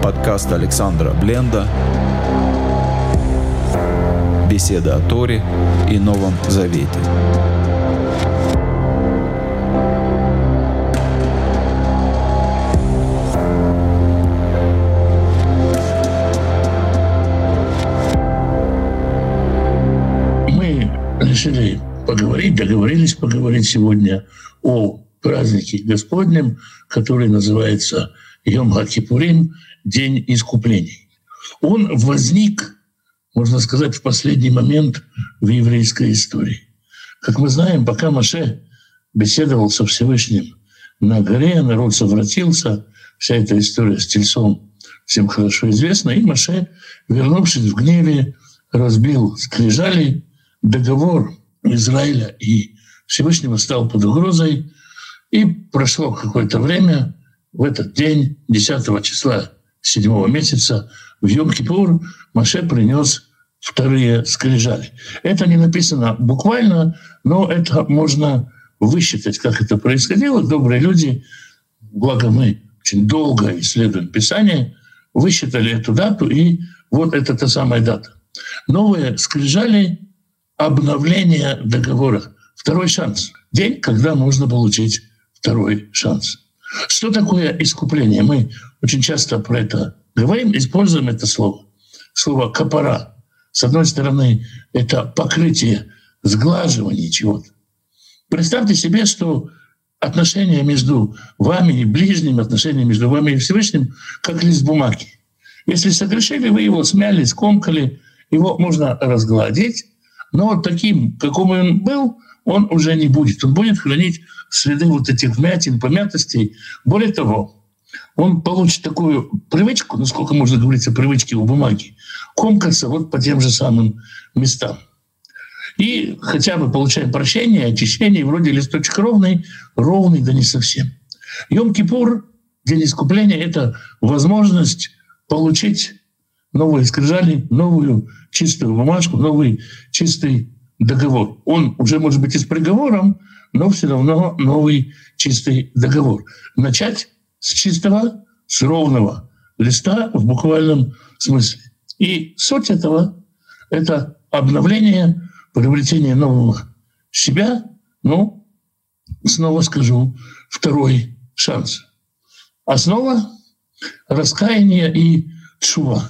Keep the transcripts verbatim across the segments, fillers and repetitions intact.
Подкаст Александра Бленда. Беседы о Торе и Новом Завете. Мы решили поговорить, договорились поговорить сегодня о празднике Господнем, который называется Йом ха-Кипурим, День искуплений. Он возник, можно сказать, в последний момент в еврейской истории. Как мы знаем, пока Моше беседовал со Всевышним на горе, народ совратился, вся эта история с тельцом всем хорошо известна, и Моше, вернувшись в гневе, разбил скрижали, договор Израиля и Всевышнего стал под угрозой, и прошло какое-то время. В этот день, десятого числа седьмого месяца, в Йом-Кипур Моше принес вторые скрижали. Это не написано буквально, но это можно высчитать, как это происходило. Добрые люди, благо мы очень долго исследуем Писание, высчитали эту дату, и вот это та самая дата. Новые скрижали — обновление договора. Второй шанс. День, когда можно получить второй шанс. Что такое искупление? Мы очень часто про это говорим, используем это слово. Слово «капара». С одной стороны, это покрытие, сглаживание чего-то. Представьте себе, что отношения между вами и ближним, отношения между вами и Всевышним, как лист бумаги. Если согрешили, вы его смяли, скомкали, его можно разгладить, но таким, каким он был, он уже не будет. Он будет хранить следы вот этих вмятин, помятостей. Более того, он получит такую привычку, ну сколько можно говорить о привычке у бумаги, комкаться вот по тем же самым местам. И хотя бы получаем прощение, очищение, вроде листочек ровный, ровный, да не совсем. Йом-Кипур, День искупления — это возможность получить новые скрижали, новую чистую бумажку, новый чистый договор. Он уже может быть и с приговором, но все равно новый чистый договор. Начать с чистого, с ровного листа в буквальном смысле. И суть этого — это обновление, приобретение нового себя. Ну, снова скажу, второй шанс. Основа — раскаяние и тшува.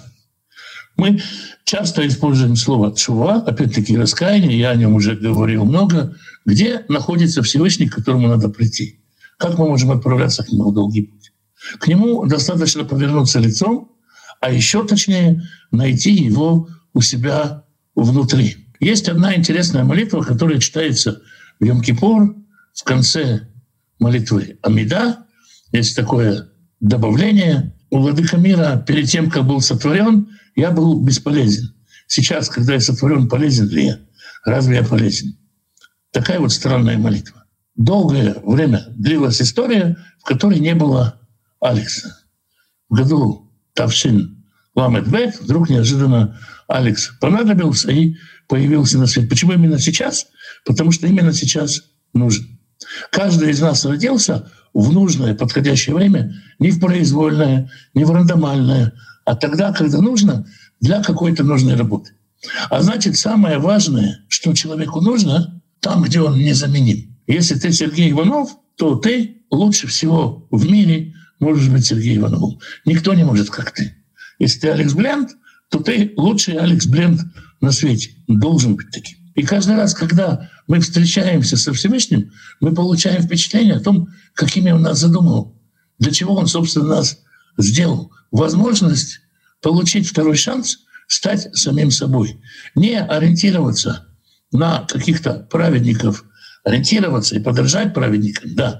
Мы часто используем слово «тшува», опять-таки раскаяние, я о нем уже говорил много, где находится Всевышний, к которому надо прийти. Как мы можем отправляться к нему в долгий путь? К нему достаточно повернуться лицом, а еще точнее найти его у себя внутри. Есть одна интересная молитва, которая читается в Йом-Кипур в конце молитвы Амида. Есть такое добавление: у Владыка мира перед тем, как был сотворен, я был бесполезен. Сейчас, когда я сотворен, полезен ли я? Разве я полезен? Такая вот странная молитва. Долгое время длилась история, в которой не было Алекса. В году Тавшин Ламед Бет вдруг неожиданно Алекс понадобился и появился на свет. Почему именно сейчас? Потому что именно сейчас нужен. Каждый из нас родился в нужное, подходящее время, не в произвольное, не в рандомальное, а тогда, когда нужно, для какой-то нужной работы. А значит, самое важное, что человеку нужно, там, где он незаменим. Если ты Сергей Иванов, то ты лучше всего в мире можешь быть Сергеем Ивановым. Никто не может, как ты. Если ты Алекс Бленд, то ты лучший Алекс Бленд на свете. Должен быть таким. И каждый раз, когда мы встречаемся со Всевышним, мы получаем впечатление о том, какими он нас задумал, для чего он, собственно, нас сделал. Возможность получить второй шанс стать самим собой. Не ориентироваться на каких-то праведников, ориентироваться и подражать праведникам, да,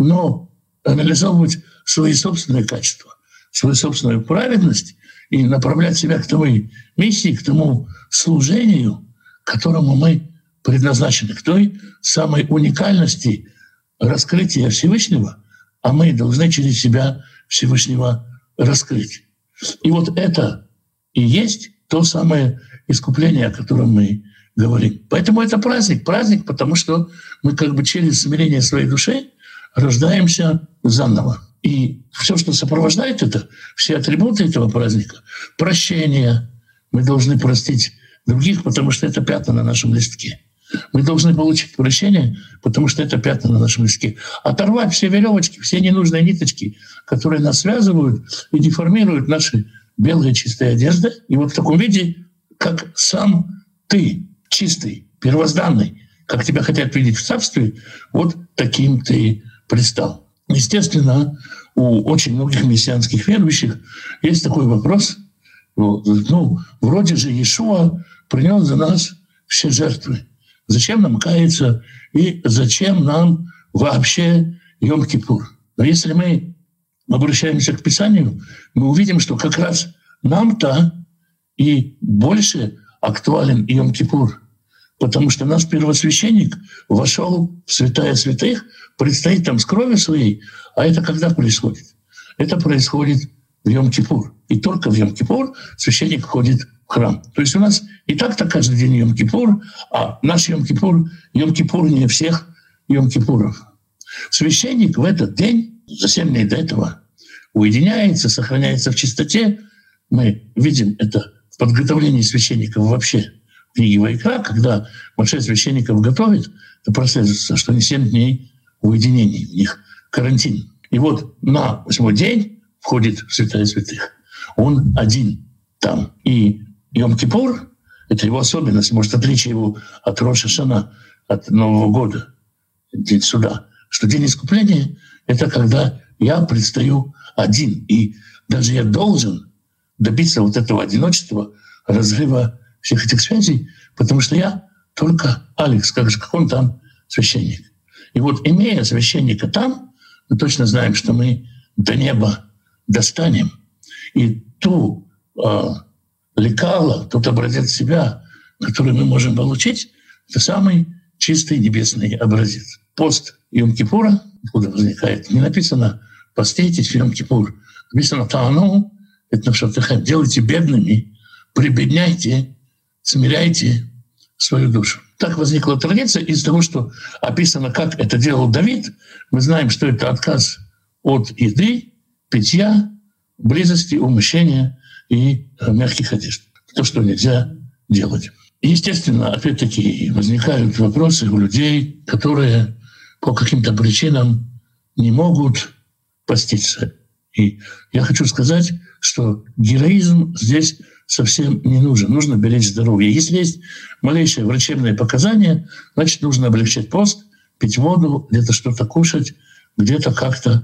но реализовывать свои собственные качества, свою собственную праведность и направлять себя к той миссии, к тому служению, к которому мы предназначены, к той самой уникальности раскрытия Всевышнего, а мы должны через себя Всевышнего раскрыть. И вот это и есть то самое искупление, о котором мы говорим. Поэтому это праздник. Праздник, потому что мы как бы через смирение своей души рождаемся заново. И все, что сопровождает это, все атрибуты этого праздника, прощение, мы должны простить других, потому что это пятна на нашем листке. Мы должны получить прощение, потому что это пятна на нашем листке. Оторвать все веревочки, все ненужные ниточки, которые нас связывают и деформируют наши белые чистые одежды. И вот в таком виде, как сам ты, чистый, первозданный, как тебя хотят видеть в царстве, вот таким ты предстал. Естественно, у очень многих мессианских верующих есть такой вопрос. Ну, вроде же Иешуа принес за нас все жертвы. Зачем нам каяться и зачем нам вообще Йом-Кипур? Но если мы обращаемся к Писанию, мы увидим, что как раз нам-то и больше актуален Йом-Кипур, потому что наш первосвященник вошел в святая святых, предстоит там с кровью своей. А это когда происходит? Это происходит в Йом-Кипур. И только в Йом-Кипур священник входит в храм. То есть у нас и так-то каждый день Йом-Кипур, а наш Йом-Кипур — Йом-Кипур не всех Йом-Кипуров. Священник в этот день, за семь дней до этого, уединяется, сохраняется в чистоте. Мы видим это в подготовлении священников вообще в книге Вайкра, когда Моше священников готовит, то прослеживается, что не семь дней в уединении, у них карантин. И вот на восьмой день входит в святая святых. Он один там. И Йом-Кипур — это его особенность, может, отличие его от Рош ха-Шана, от Нового года, день суда. Что день искупления — это когда я предстаю один. И даже я должен добиться вот этого одиночества, разрыва всех этих связей, потому что я только Алекс, как же, как он там священник. И вот, имея священника там, мы точно знаем, что мы до неба достанем. И ту э, лекало, тот образец себя, который мы можем получить, это самый чистый небесный образец. Пост Йом-Кипура, откуда возникает, не написано «постейтесь в Йом-Кипур», написано «таану», это «навшатыхэм», делайте бедными, прибедняйте, смиряйте свою душу. Так возникла традиция из того, что описано, как это делал Давид. Мы знаем, что это отказ от еды, питья, близости, умыщения и мягких одежд. То, что нельзя делать. И, естественно, опять-таки возникают вопросы у людей, которые по каким-то причинам не могут поститься. И я хочу сказать, что героизм здесь совсем не нужен. Нужно беречь здоровье. Если есть малейшие врачебные показания, значит, нужно облегчать пост, пить воду, где-то что-то кушать, где-то как-то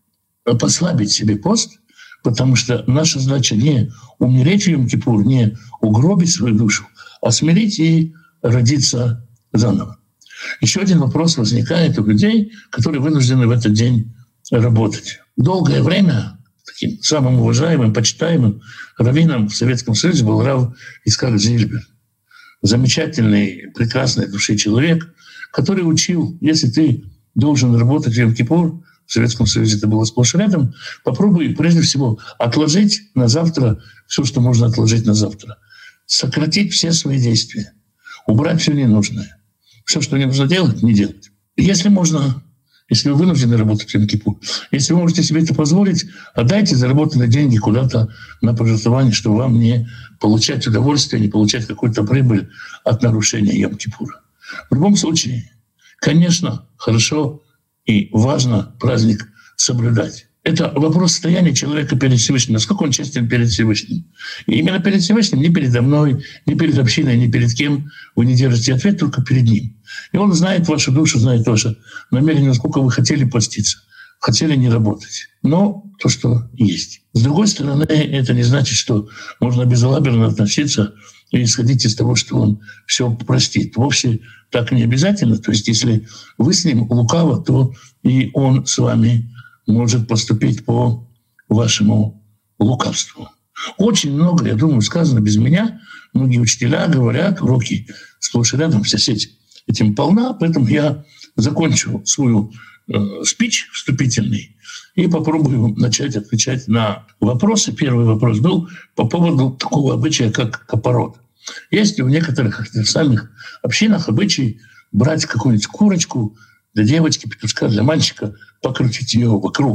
послабить себе пост, потому что наша задача не умереть в Йом-Кипур, не угробить свою душу, а смирить и родиться заново. Еще один вопрос возникает у людей, которые вынуждены в этот день работать. Долгое время таким самым уважаемым, почитаемым раввином в Советском Союзе был рав Ицхак Зильбер. Замечательный, прекрасный души человек, который учил, если ты должен работать в Йом-Кипур, в Советском Союзе это было сплошь и рядом, попробуй прежде всего отложить на завтра все, что можно отложить на завтра. Сократить все свои действия, убрать все ненужное. Все, что не нужно делать, не делать. Если можно, если вы вынуждены работать в Йом-Кипур, если вы можете себе это позволить, отдайте заработанные деньги куда-то на пожертвование, чтобы вам не получать удовольствие, не получать какую-то прибыль от нарушения Йом-Кипура. В любом случае, конечно, хорошо и важно праздник соблюдать. Это вопрос состояния человека перед Всевышним. Насколько он честен перед Всевышним. И именно перед Всевышним, не передо мной, не перед общиной, не перед кем вы не держите ответ, только перед Ним. И Он знает вашу душу, знает ваше намерение, насколько вы хотели поститься, хотели не работать. Но то, что есть. С другой стороны, это не значит, что можно безалаберно относиться и исходить из того, что Он все простит. Вовсе так не обязательно. То есть если вы с Ним лукаво, то и Он с вами может поступить по вашему лукавству. Очень много, я думаю, сказано без меня. Многие учителя говорят, уроки сплошь и рядом, вся сеть этим полна, поэтому я закончу свою э, спич вступительный и попробую начать отвечать на вопросы. Первый вопрос был по поводу такого обычая, как капорот. Есть у некоторых ортодоксальных общинах обычай брать какую-нибудь курочку для девочки, петушка, для мальчика, покрутить ее вокруг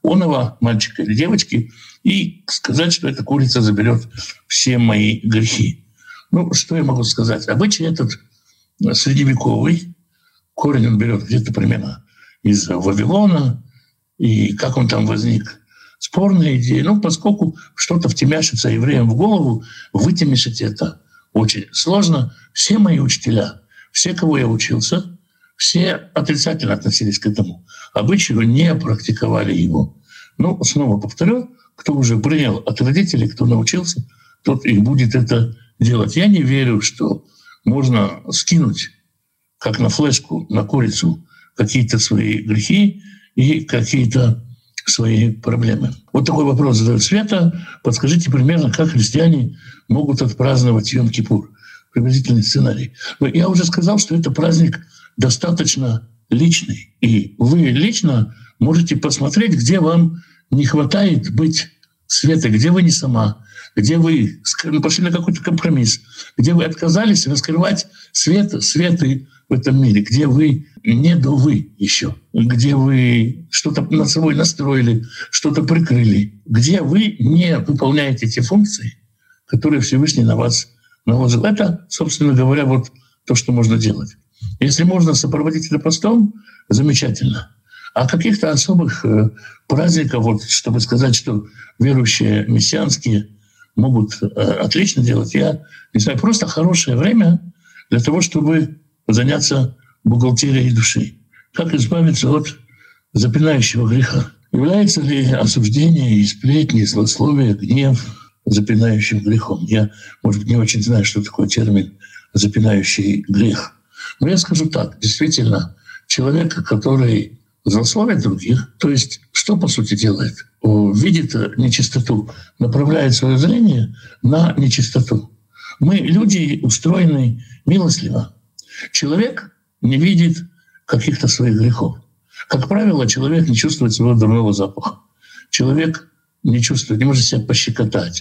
оного мальчика или девочки и сказать, что эта курица заберет все мои грехи. Ну, что я могу сказать? Обычай этот средневековый, корень он берет где-то примерно из Вавилона, и как он там возник, спорная идея. Ну, поскольку что-то втемяшится евреям в голову, вытемешить это очень сложно. Все мои учителя, все, кого я учился, все отрицательно относились к этому обычаю, не практиковали его. Ну, снова повторю, кто уже принял от родителей, кто научился, тот и будет это делать. Я не верю, что можно скинуть, как на флешку, на курицу, какие-то свои грехи и какие-то свои проблемы. Вот такой вопрос задает Света. Подскажите примерно, как христиане могут отпраздновать Йом-Кипур? Приблизительный сценарий. Но я уже сказал, что это праздник достаточно личный. И вы лично можете посмотреть, где вам не хватает быть Светой, где вы не сама, где вы пошли на какой-то компромисс, где вы отказались раскрывать свет, светы в этом мире, где вы не до вы еще, где вы что-то над собой настроили, что-то прикрыли, где вы не выполняете те функции, которые Всевышний на вас наложил. Это, собственно говоря, вот то, что можно делать. Если можно сопроводить это постом, замечательно. А каких-то особых э, праздников, вот, чтобы сказать, что верующие мессианские могут э, отлично делать, я не знаю, просто хорошее время для того, чтобы заняться бухгалтерией души. Как избавиться от запинающего греха? Является ли осуждение, и сплетни, и злословие, гнев запинающим грехом? Я, может быть, не очень знаю, что такое термин «запинающий грех». Но я скажу так, действительно, человек, который злословит других, то есть что, по сути, делает? Видит нечистоту, направляет свое зрение на нечистоту. Мы, люди, устроены милостливо. Человек не видит каких-то своих грехов. Как правило, человек не чувствует своего дурного запаха. Человек не чувствует, не может себя пощекотать.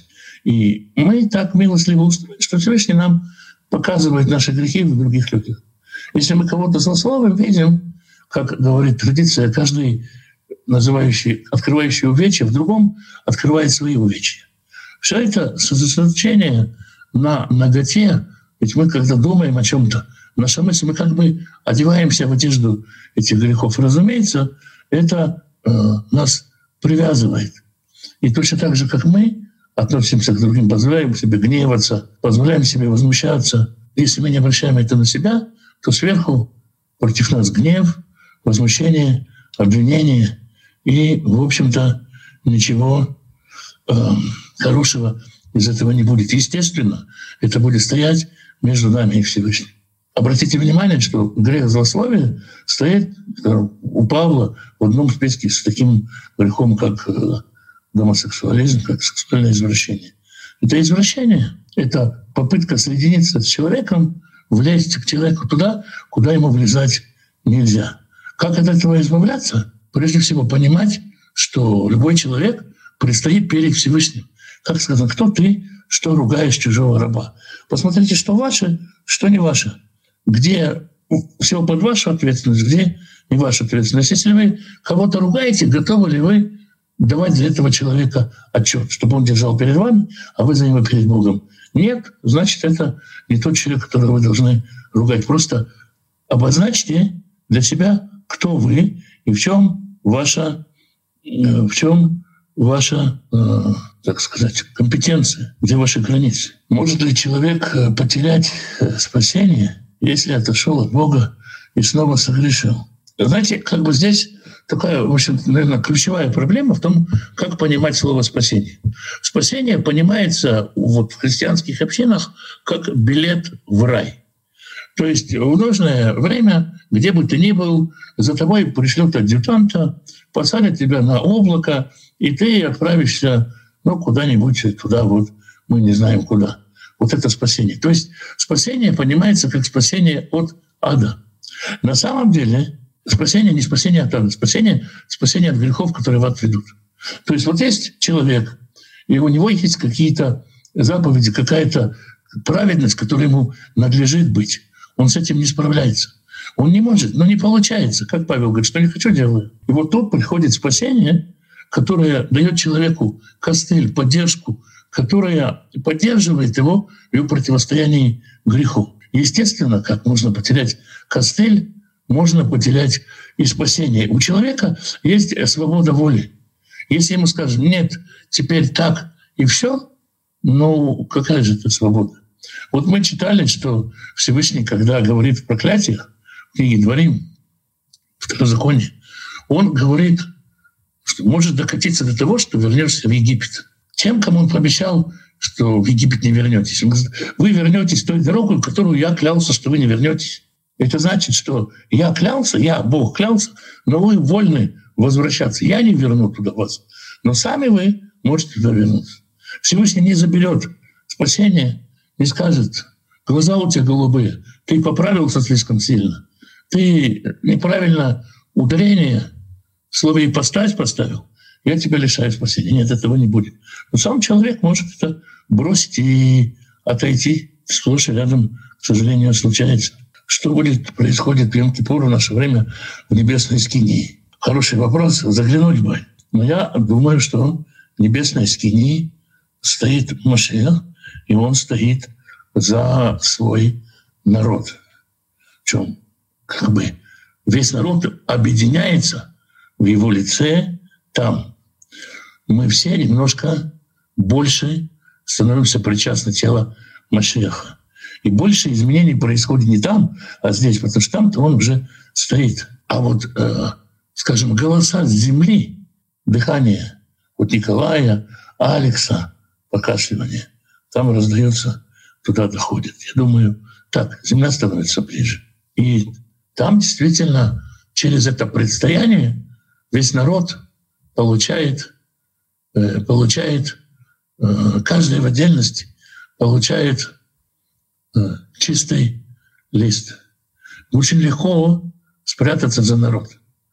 И мы так милостливо устроены, что Всевышний нам показывает наши грехи в других людях. Если мы кого-то злословим, видим, как говорит традиция, каждый, называющий, открывающий увечья, в другом открывает свои увечья. Все это сосредоточение на наготе, ведь мы, когда думаем о чем-то, наша мысль, мы как бы одеваемся в одежду этих грехов. Разумеется, это э, нас привязывает. И точно так же, как мы относимся к другим, позволяем себе гневаться, позволяем себе возмущаться. Если мы не обращаем это на себя, то сверху против нас гнев, возмущение, обвинение. И, в общем-то, ничего э, хорошего из этого не будет. Естественно, это будет стоять между нами и Всевышним. Обратите внимание, что грех злословия стоит у Павла в одном списке с таким грехом, как гомосексуализм, как сексуальное извращение. Это извращение, это попытка соединиться с человеком, влезть к человеку туда, куда ему влезать нельзя. Как от этого избавляться? Прежде всего понимать, что любой человек предстоит перед Всевышним. Как сказано, кто ты, что ругаешь чужого раба? Посмотрите, что ваше, что не ваше. Где все под вашу ответственность, где не ваша ответственность. Если вы кого-то ругаете, готовы ли вы давать для этого человека отчет, чтобы он держал перед вами, а вы за него перед Богом? Нет, значит, это не тот человек, которого вы должны ругать. Просто обозначьте для себя, кто вы и в чем ваша, в чем ваша, так сказать, компетенция, где ваши границы. Может ли человек потерять спасение, если отошел от Бога и снова согрешил? Знаете, как бы здесь такая, в общем, наверное, ключевая проблема в том, как понимать слово «спасение». Спасение понимается вот в христианских общинах как билет в рай. То есть в нужное время, где бы ты ни был, за тобой пришлют адъютанта, посадят тебя на облако, и ты отправишься ну, куда-нибудь туда, вот мы не знаем куда. Вот это спасение. То есть спасение понимается как спасение от ада. На самом деле спасение не спасение от ада, спасение, спасение от грехов, которые в ад ведут. То есть вот есть человек, и у него есть какие-то заповеди, какая-то праведность, которой ему надлежит быть. Он с этим не справляется. Он не может, но не получается. Как Павел говорит, что не хочу, делаю. И вот тут приходит спасение, которая дает человеку костыль, поддержку, которая поддерживает его в его противостоянии греху. Естественно, как можно потерять костыль, можно потерять и спасение. У человека есть свобода воли. Если ему скажут, нет, теперь так и все, ну какая же это свобода? Вот мы читали, что Всевышний, когда говорит в проклятиях, в книге Дворим, в Второзаконии, он говорит, что может докатиться до того, что вернешься в Египет. Тем, кому он пообещал, что в Египет не вернетесь. Он говорит, вы вернетесь той дорогой, которую я клялся, что вы не вернетесь. Это значит, что я клялся, я, Бог, клялся, но вы вольны возвращаться. Я не верну туда вас, но сами вы можете туда вернуться. Всевышний не заберет спасение, не скажет, глаза у тебя голубые, ты поправился слишком сильно, ты неправильно ударение в слове «ипостась» поставил, я тебя лишаю спасения. Нет, этого не будет. Но сам человек может это бросить и отойти. Сплошь и рядом, к сожалению, случается. Что будет, происходит в Йом-Кипур в наше время в небесной скинии? Хороший вопрос, заглянуть бы. Но я думаю, что в небесной скинии стоит Машиах, и он стоит за свой народ. В чем? Как бы весь народ объединяется в его лице там. Мы все немножко больше становимся причастны тела Машиаха. И больше изменений происходит не там, а здесь, потому что там-то он уже стоит. А вот, э, скажем, голоса с земли, дыхание вот Николая, Алекса, покашливание, там раздается, туда доходит. Я думаю, так, земля становится ближе. И там действительно через это предстояние весь народ получает, э, получает э, каждый в отдельности получает чистый лист. Очень легко спрятаться за народ.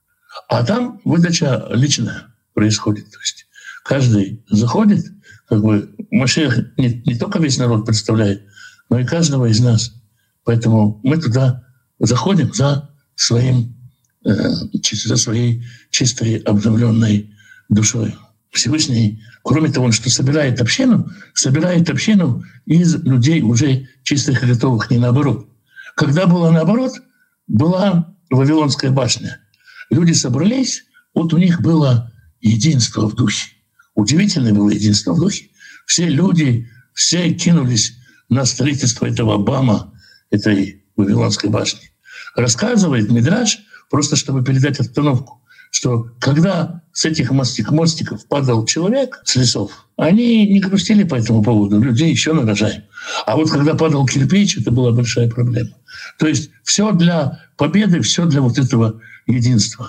А там выдача личная происходит. То есть каждый заходит, как бы Машиах не, не только весь народ представляет, но и каждого из нас. Поэтому мы туда заходим за, своим, э, за своей чистой, обновленной душой. Всевышний, кроме того, что собирает общину, собирает общину из людей уже чистых и готовых, не наоборот. Когда было наоборот, была Вавилонская башня. Люди собрались, вот у них было единство в духе. Удивительное было единство в духе. Все люди, все кинулись на строительство этого БАМа, этой Вавилонской башни. Рассказывает Мидраш, просто чтобы передать обстановку, что когда с этих мостиков падал человек с лесов, они не грустили по этому поводу, людей еще нарожаем. А вот когда падал кирпич, это была большая проблема. То есть все для победы, все для вот этого единства.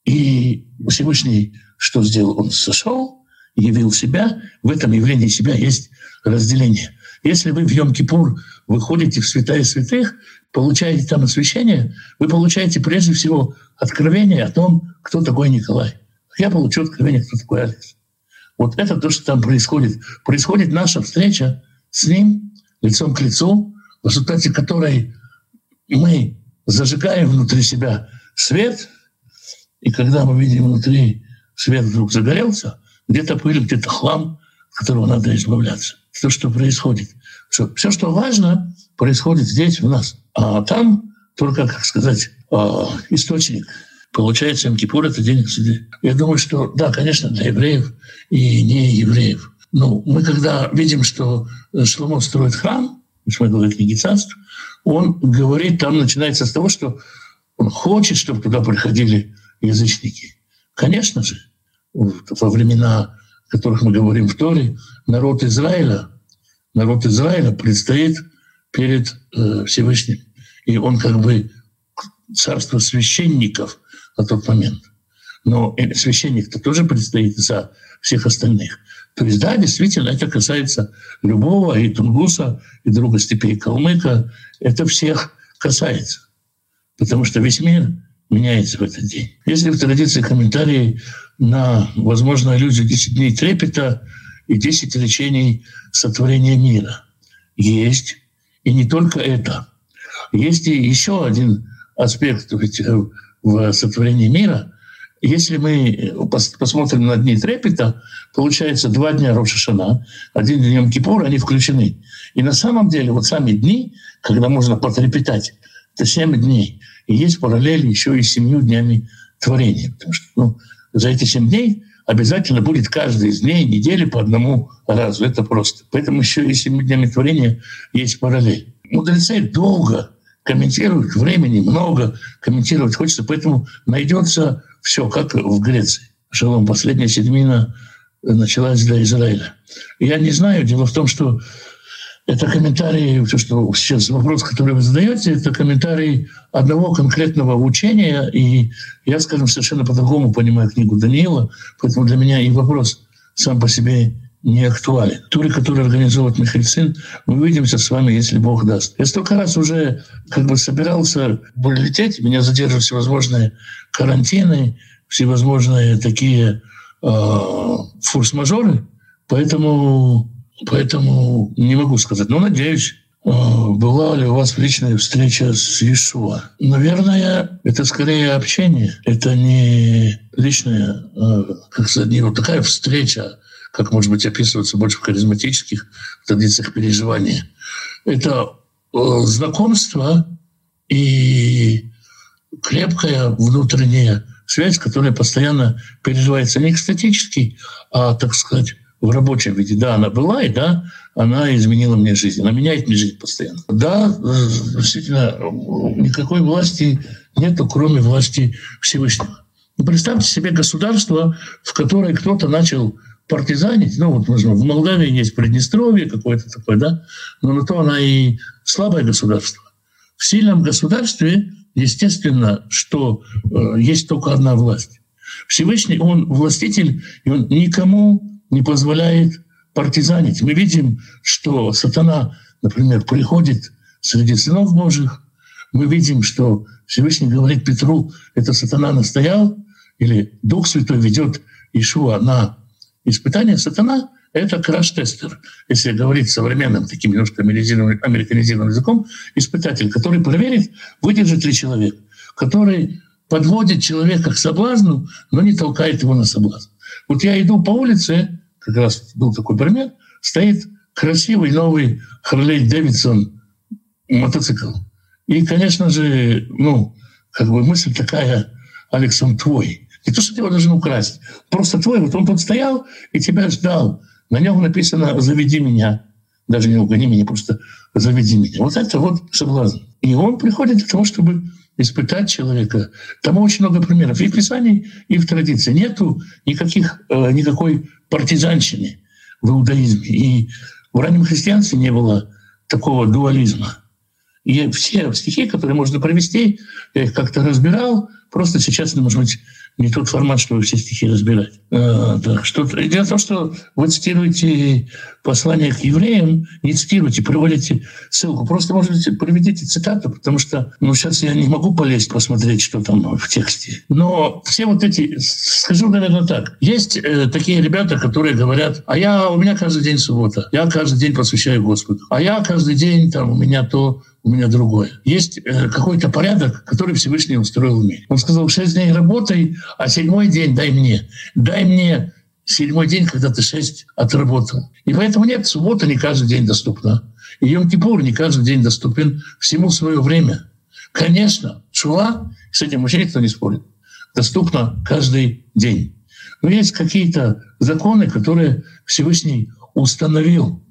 И Всевышний что сделал? Он сошел, явил себя. В этом явлении себя есть разделение. Если вы в Йом-Кипур выходите в святая святых, получаете там освящение, вы получаете прежде всего откровение о том, кто такой Николай. Я получу откровение, кто такой Алекс. Вот это то, что там происходит. Происходит наша встреча с ним лицом к лицу, в результате которой мы зажигаем внутри себя свет, и когда мы видим внутри свет вдруг загорелся, где-то пыль, где-то хлам, от которого надо избавляться. То, что происходит. Что все, что важно, происходит здесь, в нас. А там только, как сказать, источник. Получается, Йом-Кипур — это день суды. Я думаю, что, да, конечно, для евреев и не евреев. Но мы когда видим, что Шломо строит храм, Шмуэль книги Царств, он говорит, там начинается с того, что он хочет, чтобы туда приходили язычники. Конечно же, во времена, о которых мы говорим в Торе, народ Израиля, народ Израиля предстоит перед э, Всевышним. И он как бы царство священников на тот момент. Но священник-то тоже предстоит за всех остальных. То есть, да, действительно, это касается любого, и Тунгуса, и друга степей Калмыка. Это всех касается. Потому что весь мир меняется в этот день. Если в традиции комментарии на, возможно, аллюзию десять дней трепета и десять речений сотворения мира. Есть. И не только это. Есть и еще один аспект ведь в сотворении мира. Если мы посмотрим на дни трепета, получается два дня Рош ха-Шана, один день Йом-Кипур, они включены. И на самом деле вот сами дни, когда можно потрепетать, это семь дней. И есть параллель еще и с семью днями творения. Потому что ну, за эти семь дней обязательно будет каждый из дней недели по одному разу. Это просто. Поэтому еще и с семью днями творения есть параллель. Мудрецы долго комментируют, времени много комментировать хочется, поэтому найдется все, как в Греции. Шалом, последняя седьмина началась для Израиля. Я не знаю, дело в том, что это комментарий, то, что сейчас вопрос, который вы задаете, это комментарий одного конкретного учения, и я, скажем, совершенно по-другому понимаю книгу Даниила, поэтому для меня и вопрос сам по себе не актуален. Туре, который организовывает Михаил Цин, мы увидимся с вами, если Бог даст. Я столько раз уже как бы собирался лететь, меня задерживают всевозможные карантины, всевозможные такие э, форс-мажоры, поэтому, поэтому не могу сказать. Но надеюсь, э, была ли у вас личная встреча с Иешуа. Наверное, это скорее общение, это не личная, э, как сказать, не вот такая встреча, как, может быть, описывается больше в харизматических традициях переживания. Это э, знакомство и крепкая внутренняя связь, которая постоянно переживается не экстатически, а, так сказать, в рабочем виде. Да, она была, и да, она изменила мне жизнь. Она меняет мне жизнь постоянно. Да, действительно, никакой власти нету, кроме власти Всевышнего. Ну, представьте себе государство, в которое кто-то начал партизанить. Ну, вот в Молдавии есть Приднестровье какое-то такое, да, но на то она и слабое государство. В сильном государстве, естественно, что э, есть только одна власть. Всевышний, он властитель, и он никому не позволяет партизанить. Мы видим, что сатана, например, приходит среди сынов Божьих. Мы видим, что Всевышний говорит Петру, это сатана настоял, или Дух Святой ведет Иешуа на испытание. Сатана — это краш-тестер, если говорить современным, таким немножко американизированным языком, испытатель, который проверит, выдержит ли человек, который подводит человека к соблазну, но не толкает его на соблазн. Вот я иду по улице, как раз был такой пример, стоит красивый новый Харлей Дэвидсон мотоцикл. И, конечно же, ну, как бы мысль такая: Алекс, он твой. Не то, что ты его должен украсть, просто твой. Вот он тут стоял и тебя ждал. На нем написано «Заведи меня». Даже не угони меня, просто «Заведи меня». Вот это вот соблазн. И он приходит для того, чтобы испытать человека. Там очень много примеров. И в Писании, и в традиции. Нету никаких, э, никакой партизанщины в иудаизме. И в раннем христианстве не было такого дуализма. И все стихи, которые можно провести, я их как-то разбирал. Просто сейчас, может быть, не тот формат, чтобы все стихи разбирать. А, да, что дело в том, что вы цитируете послание к евреям, не цитируете, приводите ссылку. Просто, может быть, приведите цитату, потому что ну, сейчас я не могу полезть посмотреть, что там в тексте. Но все вот эти... Скажу, наверное, так. Есть э, такие ребята, которые говорят, а я, у меня каждый день суббота, я каждый день посвящаю Господу, а я каждый день, там, у меня то... у меня другое. Есть э, какой-то порядок, который Всевышний устроил в мире. Он сказал, шесть дней работай, а седьмой день дай мне. Дай мне седьмой день, когда ты шесть отработал. И поэтому нет, суббота не каждый день доступна. И Йом-Кипур не каждый день доступен, всему свое время. Конечно, шува, с этим вообще никто не спорит, доступна каждый день. Но есть какие-то законы, которые Всевышний установил.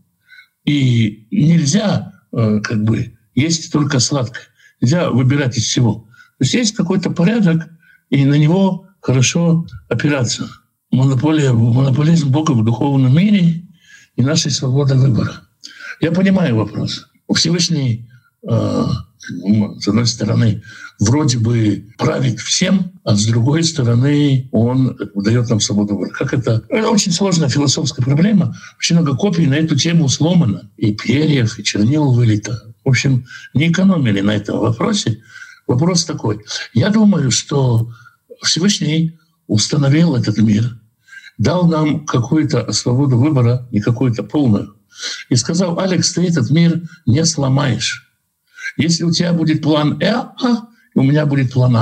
И нельзя э, как бы есть только сладкое. Нельзя выбирать из всего. То есть есть какой-то порядок, и на него хорошо опираться. Монополия, монополизм Бога в духовном мире и наша свобода выбора. Я понимаю вопрос. Всевышний, э, с одной стороны, вроде бы правит всем, а с другой стороны, он дает нам свободу выбора. Как это? Это очень сложная философская проблема. Очень много копий на эту тему сломано. И перьев, и чернил вылито. В общем, не экономили на этом вопросе. Вопрос такой. Я думаю, что Всевышний установил этот мир, дал нам какую-то свободу выбора, не какую-то полную, и сказал: Алекс, ты этот мир не сломаешь. Если у тебя будет план Э, а, и у меня будет план А.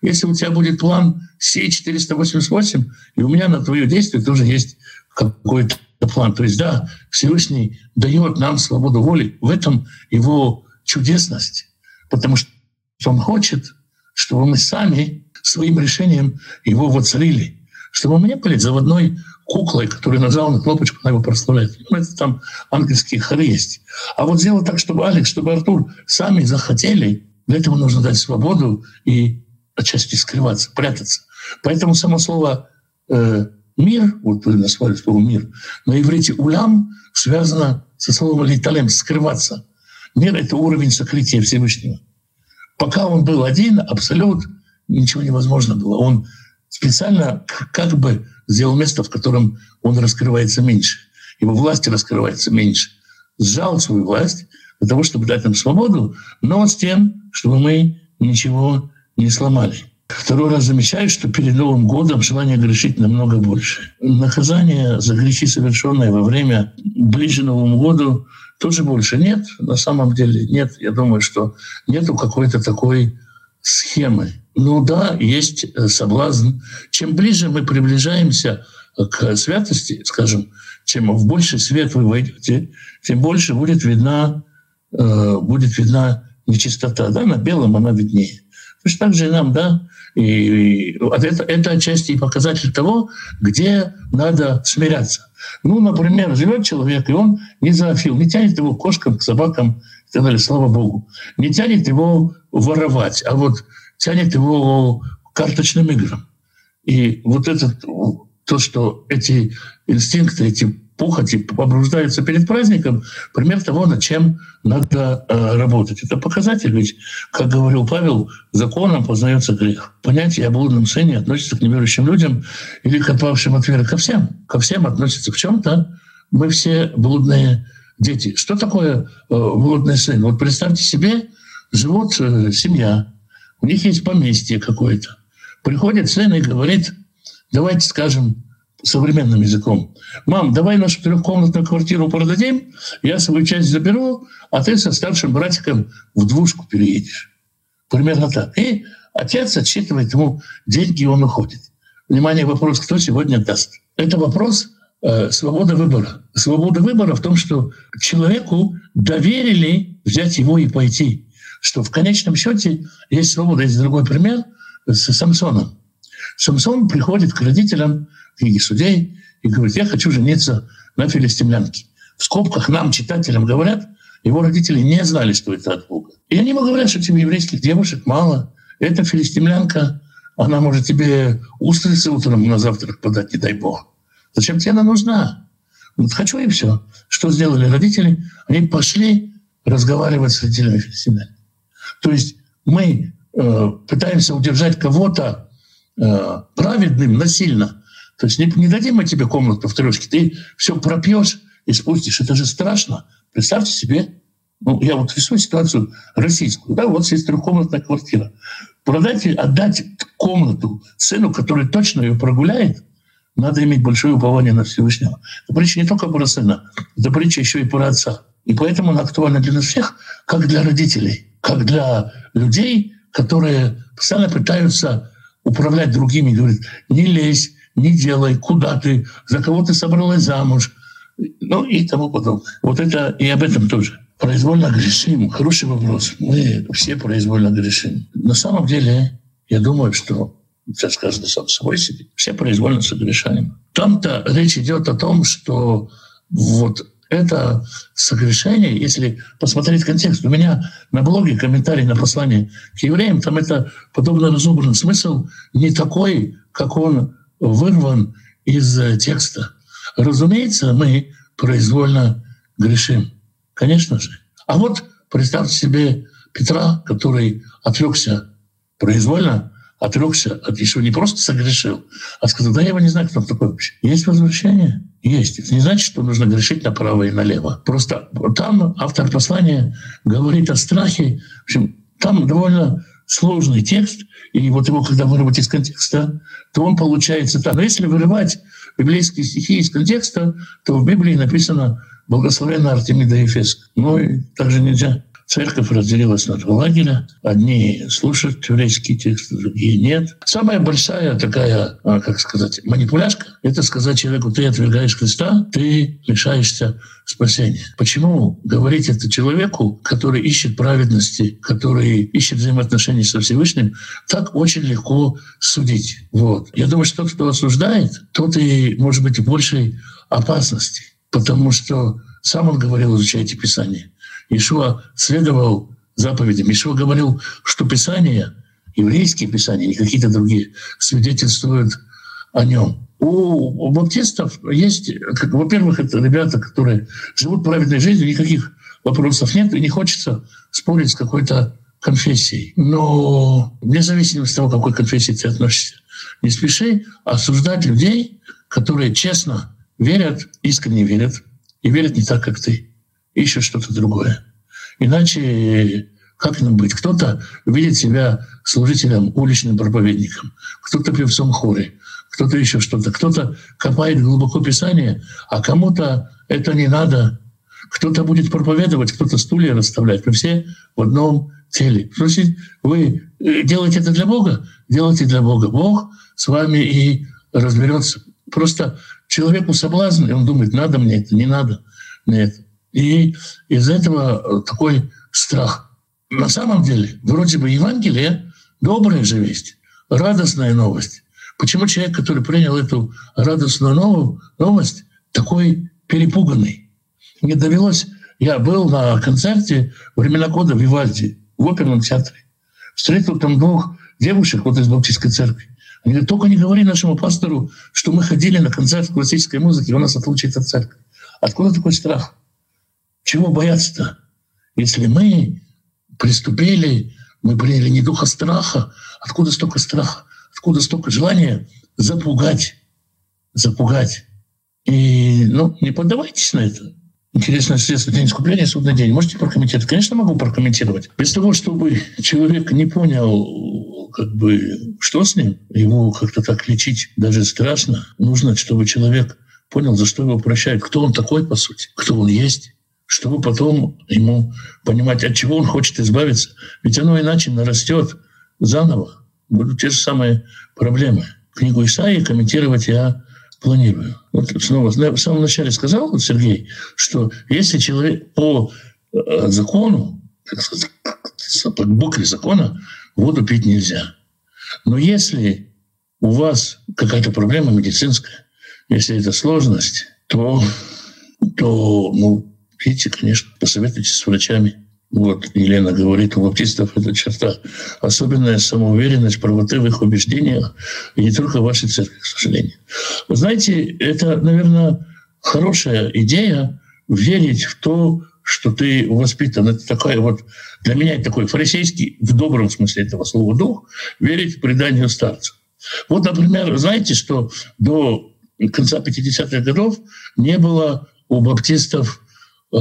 если у тебя будет план Си четыреста восемьдесят восемь, и у меня на твое действие тоже есть какой-то план. То есть да, Всевышний дает нам свободу воли. В этом его чудесность. Потому что он хочет, чтобы мы сами своим решением его воцарили. Чтобы мы не были заводной куклой, которая нажала на кнопочку, она его прославляет. Ну, это там ангельские хоры есть. А вот сделать так, чтобы Алекс, чтобы Артур сами захотели, для этого нужно дать свободу и отчасти скрываться, прятаться. Поэтому само слово э, «мир», вот вы назвали слово «мир», на иврите «улям» связано со словом «литалем» — «скрываться». Мир — это уровень сокрытия Всевышнего. Пока он был один, абсолют, ничего невозможно было. Он специально как бы сделал место, в котором он раскрывается меньше. Его власть раскрывается меньше. Сжал свою власть для того, чтобы дать нам свободу, но с тем, чтобы мы ничего не сломали. Второй раз замечаю, что перед Новым годом желание грешить намного больше. Наказание за грехи, совершенные во время ближе к Новому году, тоже больше нет. На самом деле нет. Я думаю, что нету какой-то такой схемы. Ну да, есть соблазн. Чем ближе мы приближаемся к святости, скажем, чем в больший свет вы войдете, тем больше будет видна, э, будет видна нечистота. Да, на белом она виднее. Точно так же и нам, да. И, и это, это отчасти и показатель того, где надо смиряться. Ну, например, живет человек, и он не зоофил, не тянет его к кошкам, к собакам и так далее, слава Богу. Не тянет его воровать, а вот тянет его к карточным играм. И вот это то, что эти инстинкты, эти похоти побуждаются перед праздником, пример того, над чем надо э, работать. Это показатель, ведь, как говорил Павел, законом познается грех. Понятие о блудном сыне относится к неверующим людям или к отпавшим от веры, ко всем. Ко всем относится в чем-то. Мы все блудные дети. Что такое э, блудный сын? Вот представьте себе, живут э, семья, у них есть поместье какое-то. Приходит сын и говорит: давайте скажем современным языком: мам, давай нашу трехкомнатную квартиру продадим, я свою часть заберу, а ты со старшим братиком в двушку переедешь. Примерно так. И отец отсчитывает ему деньги, и он уходит. Внимание, вопрос, кто сегодня даст. Это вопрос э, свободы выбора. Свобода выбора в том, что человеку доверили взять его и пойти. Что в конечном счете есть свобода. Есть другой пример с Самсоном. Самсон приходит к родителям в книге Судей и говорит: я хочу жениться на филистимлянке. В скобках нам, читателям, говорят, его родители не знали, что это от Бога. И они ему говорят, что тебе еврейских девушек мало. Эта филистимлянка, она может тебе устрицы утром на завтрак подать, не дай Бог. Зачем тебе она нужна? Вот хочу, и все. Что сделали родители? Они пошли разговаривать с родителями филистимлян. То есть мы э, пытаемся удержать кого-то э, праведным насильно. То есть не, не дадим мы тебе комнату в трешке, ты все пропьешь и спустишь. Это же страшно. Представьте себе, ну, я вот рисую ситуацию российскую. Да, вот есть трехкомнатная квартира. Продать, отдать комнату сыну, который точно ее прогуляет, надо иметь большое упование на Всевышнего. Это притча не только про сына, это притча еще и про отца. И поэтому она актуальна для нас всех, как для родителей, как для людей, которые постоянно пытаются управлять другими. Говорят: не лезь, не делай, куда ты, за кого ты собралась замуж, ну и тому подобное. Вот это и об этом тоже. Произвольно грешим. Хороший вопрос. Мы все произвольно грешим. На самом деле, я думаю, что сейчас каждый сам собой сидит. Все произвольно согрешаем. Там-то речь идет о том, что вот это согрешение, если посмотреть контекст. У меня на блоге комментарий на послание к евреям, там это подобно разобран. Смысл не такой, как он вырван из текста. Разумеется, мы произвольно грешим. Конечно же. А вот представьте себе Петра, который отрекся произвольно, отрекся, от еще не просто согрешил, а сказал: да я его не знаю, кто он такой вообще. Есть возвращение? Есть. Это не значит, что нужно грешить направо и налево. Просто там автор послания говорит о страхе. В общем, там довольно сложный текст, и вот его, когда вырвать из контекста, то он получается так. Но если вырывать библейские стихи из контекста, то в Библии написано: благословенна Артемида Ефесская. Ну и так же нельзя. церковь разделилась на два лагеря. Одни слушают еврейские тексты, другие нет. Самая большая такая, как сказать, манипуляшка — это сказать человеку: ты отвергаешь Христа, ты лишаешься спасения. Почему говорить это человеку, который ищет праведности, который ищет взаимоотношений со Всевышним, так очень легко судить? Вот. Я думаю, что тот, кто осуждает, тот и может быть в большей опасности, потому что сам он говорил: изучайте Писание. Иешуа следовал заповедям. Иешуа говорил, что Писания, еврейские Писания, не какие-то другие, свидетельствуют о нем. У баптистов есть, как, во-первых, это ребята, которые живут праведной жизнью, никаких вопросов нет, и не хочется спорить с какой-то конфессией. Но вне зависимости от того, к какой конфессии ты относишься, не спеши осуждать людей, которые честно верят, искренне верят, и верят не так, как ты, ищут что-то другое. Иначе как нам быть? Кто-то видит себя служителем, уличным проповедником, кто-то певцом хоре, кто-то еще что-то, кто-то копает глубоко Писание, а кому-то это не надо. Кто-то будет проповедовать, кто-то стулья расставлять. Мы все в одном теле. Значит, вы делаете это для Бога? Делайте для Бога. Бог с вами и разберется. Просто человеку соблазн, и он думает: надо мне это, не надо мне это. И из-за этого такой страх. На самом деле, вроде бы Евангелие — добрая же весть, радостная новость. Почему человек, который принял эту радостную новость, такой перепуганный? Мне довелось, я был на концерте «Времена года» в Вивальди, в оперном театре. Встретил там двух девушек вот из баптистской церкви. Они говорят: только не говори нашему пастору, что мы ходили на концерт классической музыки, и он нас отлучит от церкви. Откуда такой страх? Чего бояться-то? Если мы приступили, мы приняли не духа страха, откуда столько страха? Откуда столько желания запугать? Запугать. И, ну, не поддавайтесь на это. Интересное средство день искупления, судный день. Можете прокомментировать? Конечно, могу прокомментировать. Без того, чтобы человек не понял, как бы, что с ним, его как-то так лечить даже страшно. Нужно, чтобы человек понял, за что его прощают, кто он такой, по сути, кто он есть, чтобы потом ему понимать, от чего он хочет избавиться. Ведь оно иначе нарастет заново. Будут те же самые проблемы. Книгу Исаии комментировать я планирую. Вот снова, в самом начале сказал вот Сергей, что если человек по закону, так сказать, по букве закона, воду пить нельзя. Но если у вас какая-то проблема медицинская, если это сложность, то, то ну, пейте, конечно, посоветуйтесь с врачами. Вот Елена говорит, у баптистов это черта. Особенная самоуверенность, правоты в их убеждениях, и не только в вашей церкви, к сожалению. Вы знаете, это, наверное, хорошая идея верить в то, что ты воспитан. Это такая вот, для меня это такой фарисейский, в добром смысле этого слова, дух, верить в преданию старцев. Вот, например, знаете, что до конца пятидесятых годов не было у баптистов э,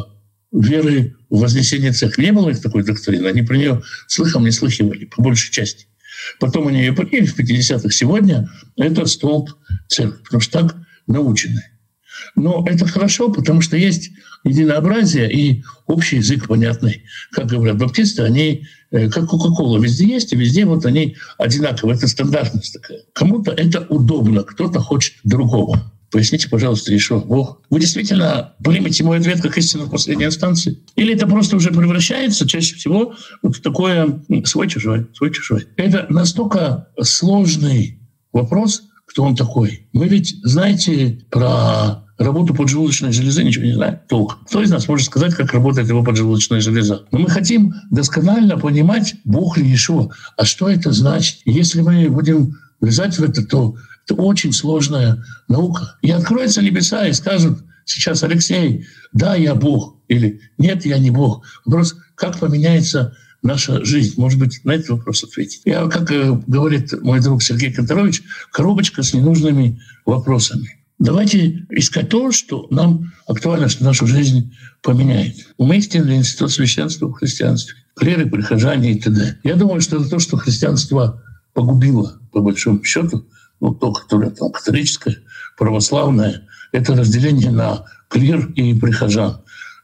веры в вознесение церкви. Не было их такой доктрины. Они про нее слыхом не слыхивали, по большей части. Потом они ее приняли в пятидесятых. Сегодня это столб церкви, потому что так научены. Но это хорошо, потому что есть единообразие и общий язык понятный. Как говорят баптисты, они как Кока-Кола везде есть, и везде вот они одинаковые. Это стандартность такая. Кому-то это удобно, кто-то хочет другого. Поясните, пожалуйста, Иешуа, Бог. Вы действительно примете мой ответ как истину в последней инстанции? Или это просто уже превращается чаще всего вот в такое свой-чужой, свой-чужой? Это настолько сложный вопрос, кто он такой. Мы ведь, знаете, про работу поджелудочной железы ничего не знаем толком. Кто из нас может сказать, как работает его поджелудочная железа? Но мы хотим досконально понимать, Бог ли Иешуа. А что это значит? Если мы будем влезать в это, то это очень сложная наука. И откроются небеса и скажут сейчас: Алексей, да, я Бог, или нет, я не Бог. Вопрос, как поменяется наша жизнь? Может быть, на этот вопрос ответить. Я, как говорит мой друг Сергей Конторович, коробочка с ненужными вопросами. Давайте искать то, что нам актуально, что нашу жизнь поменяет. Уместен ли институт священства в христианстве? Клеры, прихожане и т.д. Я думаю, что это то, что христианство погубило, по большому счету, ну, то, которое там католическое, православное, это разделение на клир и прихожан.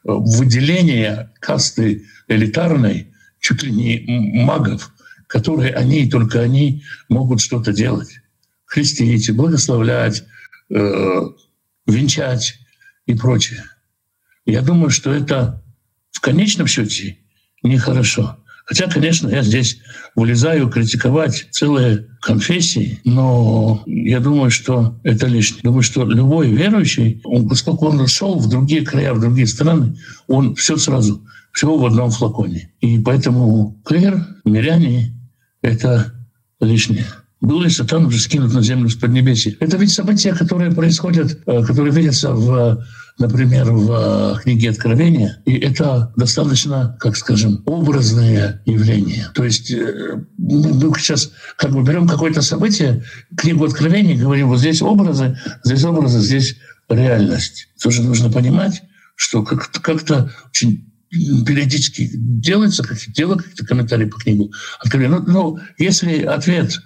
выделение касты элитарной, чуть ли не магов, которые они и только они могут что-то делать. Крестить, благословлять, э, венчать и прочее. Я думаю, что это в конечном счете нехорошо. Хотя, конечно, я здесь вылезаю критиковать целые конфессии, но я думаю, что это лишнее. Думаю, что любой верующий, он, поскольку он шел в другие края, в другие страны, он все сразу, все в одном флаконе. И поэтому клир, миряне — это лишнее. Был ли сатан уже скинут на землю с поднебесья? Это ведь события, которые происходят, которые видятся, в, например, в книге Откровения. И это достаточно, как скажем, образное явление. То есть мы сейчас как бы берем какое-то событие, книгу Откровения, говорим, вот здесь образы, здесь образы, здесь реальность. Тоже нужно понимать, что как-то, как-то очень периодически делается, как делают какие-то комментарии по книгу Откровения. Ну, ну, если ответ...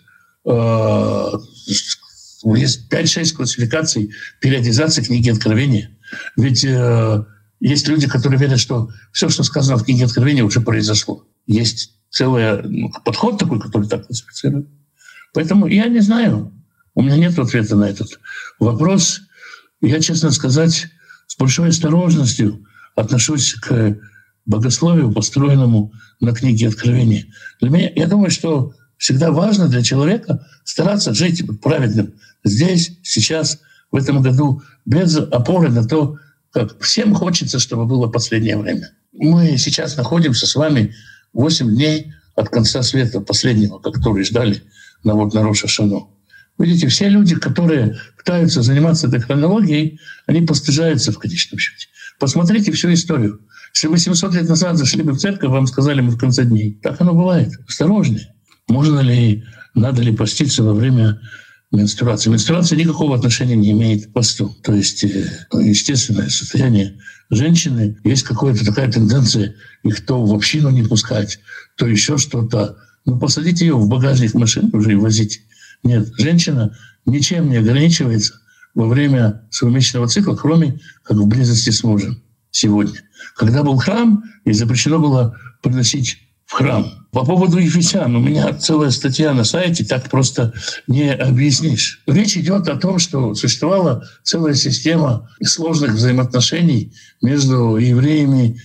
Есть пять-шесть классификаций периодизации книги Откровения. Ведь э, есть люди, которые верят, что все, что сказано в книге Откровения, уже произошло. Есть целый ну, подход такой, который так классифицирует. Поэтому я не знаю. У меня нет ответа на этот вопрос. Я, честно сказать, с большой осторожностью отношусь к богословию, построенному на книге Откровения. Для меня, я думаю, что всегда важно для человека стараться жить праведным здесь, сейчас, в этом году, без опоры на то, как всем хочется, чтобы было последнее время. Мы сейчас находимся с вами восемь дней от конца света последнего, который ждали на, вот, на Рош ха-Шану. Видите, все люди, которые пытаются заниматься этой хронологией, они постыжаются в конечном счете. Посмотрите всю историю. Если вы семьсот лет назад зашли бы в церковь, вам сказали мы в конце дней. Так оно бывает. Осторожнее. Можно ли, надо ли поститься во время менструации? Менструация никакого отношения не имеет к посту. То есть естественное состояние женщины. Есть какая-то такая тенденция их то в общину не пускать, то еще что-то. Ну, посадите ее в багажник машины уже и возите. Нет, женщина ничем не ограничивается во время своего месячного цикла, кроме как в близости с мужем сегодня. Когда был храм, и запрещено было приносить в храм. По поводу Ефесян у меня целая статья на сайте, так просто не объяснишь. Речь идет о том, что существовала целая система сложных взаимоотношений между евреями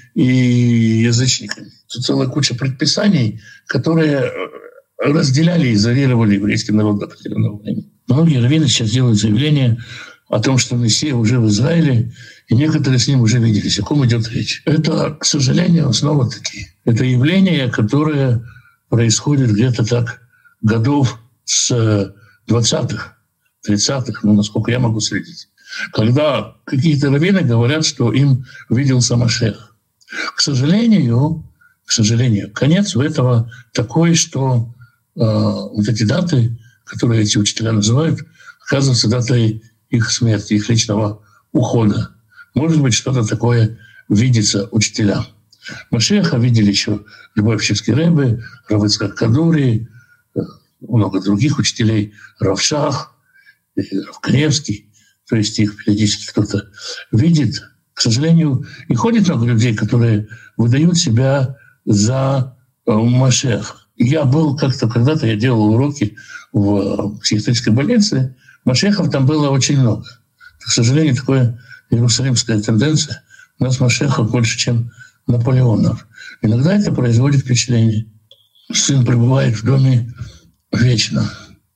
и язычниками. Тут целая куча предписаний, которые разделяли и изолировали еврейский народ до определенного времени. Многие раввины сейчас делают заявление о том, что Мессия уже в Израиле, и некоторые с ним уже виделись. О ком идет речь? Это, к сожалению, снова-таки, это явление, которое происходит где-то так годов с двадцатых, тридцатых, ну, насколько я могу следить, когда какие-то раввины говорят, что им виделся Машиах. К сожалению, к сожалению, конец у этого такой, что э, вот эти даты, которые эти учителя называют, оказываются датой их смерти, их личного ухода. Может быть, что-то такое видится учителям. Машиаха видели еще Любавичевский Ребе, Рав Ицхак Кадури, много других учителей, Рав Шах, Рав Каневский. То есть их периодически кто-то видит. К сожалению, и ходит много людей, которые выдают себя за Машиаха. Я был как-то, когда-то я делал уроки в психиатрической больнице, Машиахов там было очень много. К сожалению, такая иерусалимская тенденция. У нас Машиахов больше, чем Наполеонов. Иногда это производит впечатление. Сын пребывает в доме вечно.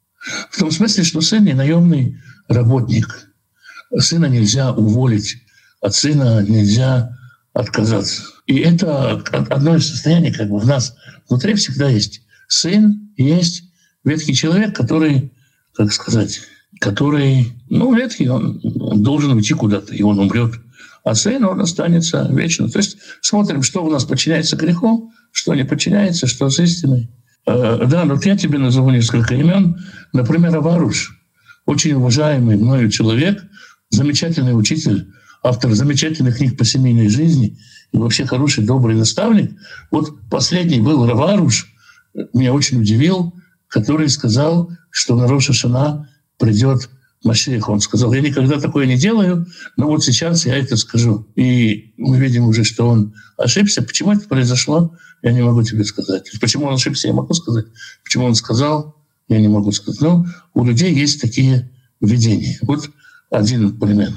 В том смысле, что сын не наемный работник. Сына нельзя уволить, от сына нельзя отказаться. И это одно из состояний, как бы в нас внутри всегда есть сын, есть ветхий человек, который, как сказать, который, ну, ветхий, он, он должен уйти куда-то, и он умрет. А сын, он останется вечно. То есть смотрим, что у нас подчиняется греху, что не подчиняется, что с истиной. Э, да, вот я тебе назову несколько имен. Например, Аваруш, очень уважаемый мною человек, замечательный учитель, автор замечательных книг по семейной жизни и вообще хороший, добрый наставник. Вот последний был Аваруш, меня очень удивил, который сказал, что на Рош ха-Шана придет Машиах, он сказал, я никогда такое не делаю, но вот сейчас я это скажу. И мы видим уже, что он ошибся. Почему это произошло, я не могу тебе сказать. Почему он ошибся, я могу сказать. Почему он сказал, я не могу сказать. Но у людей есть такие видения. Вот один пример.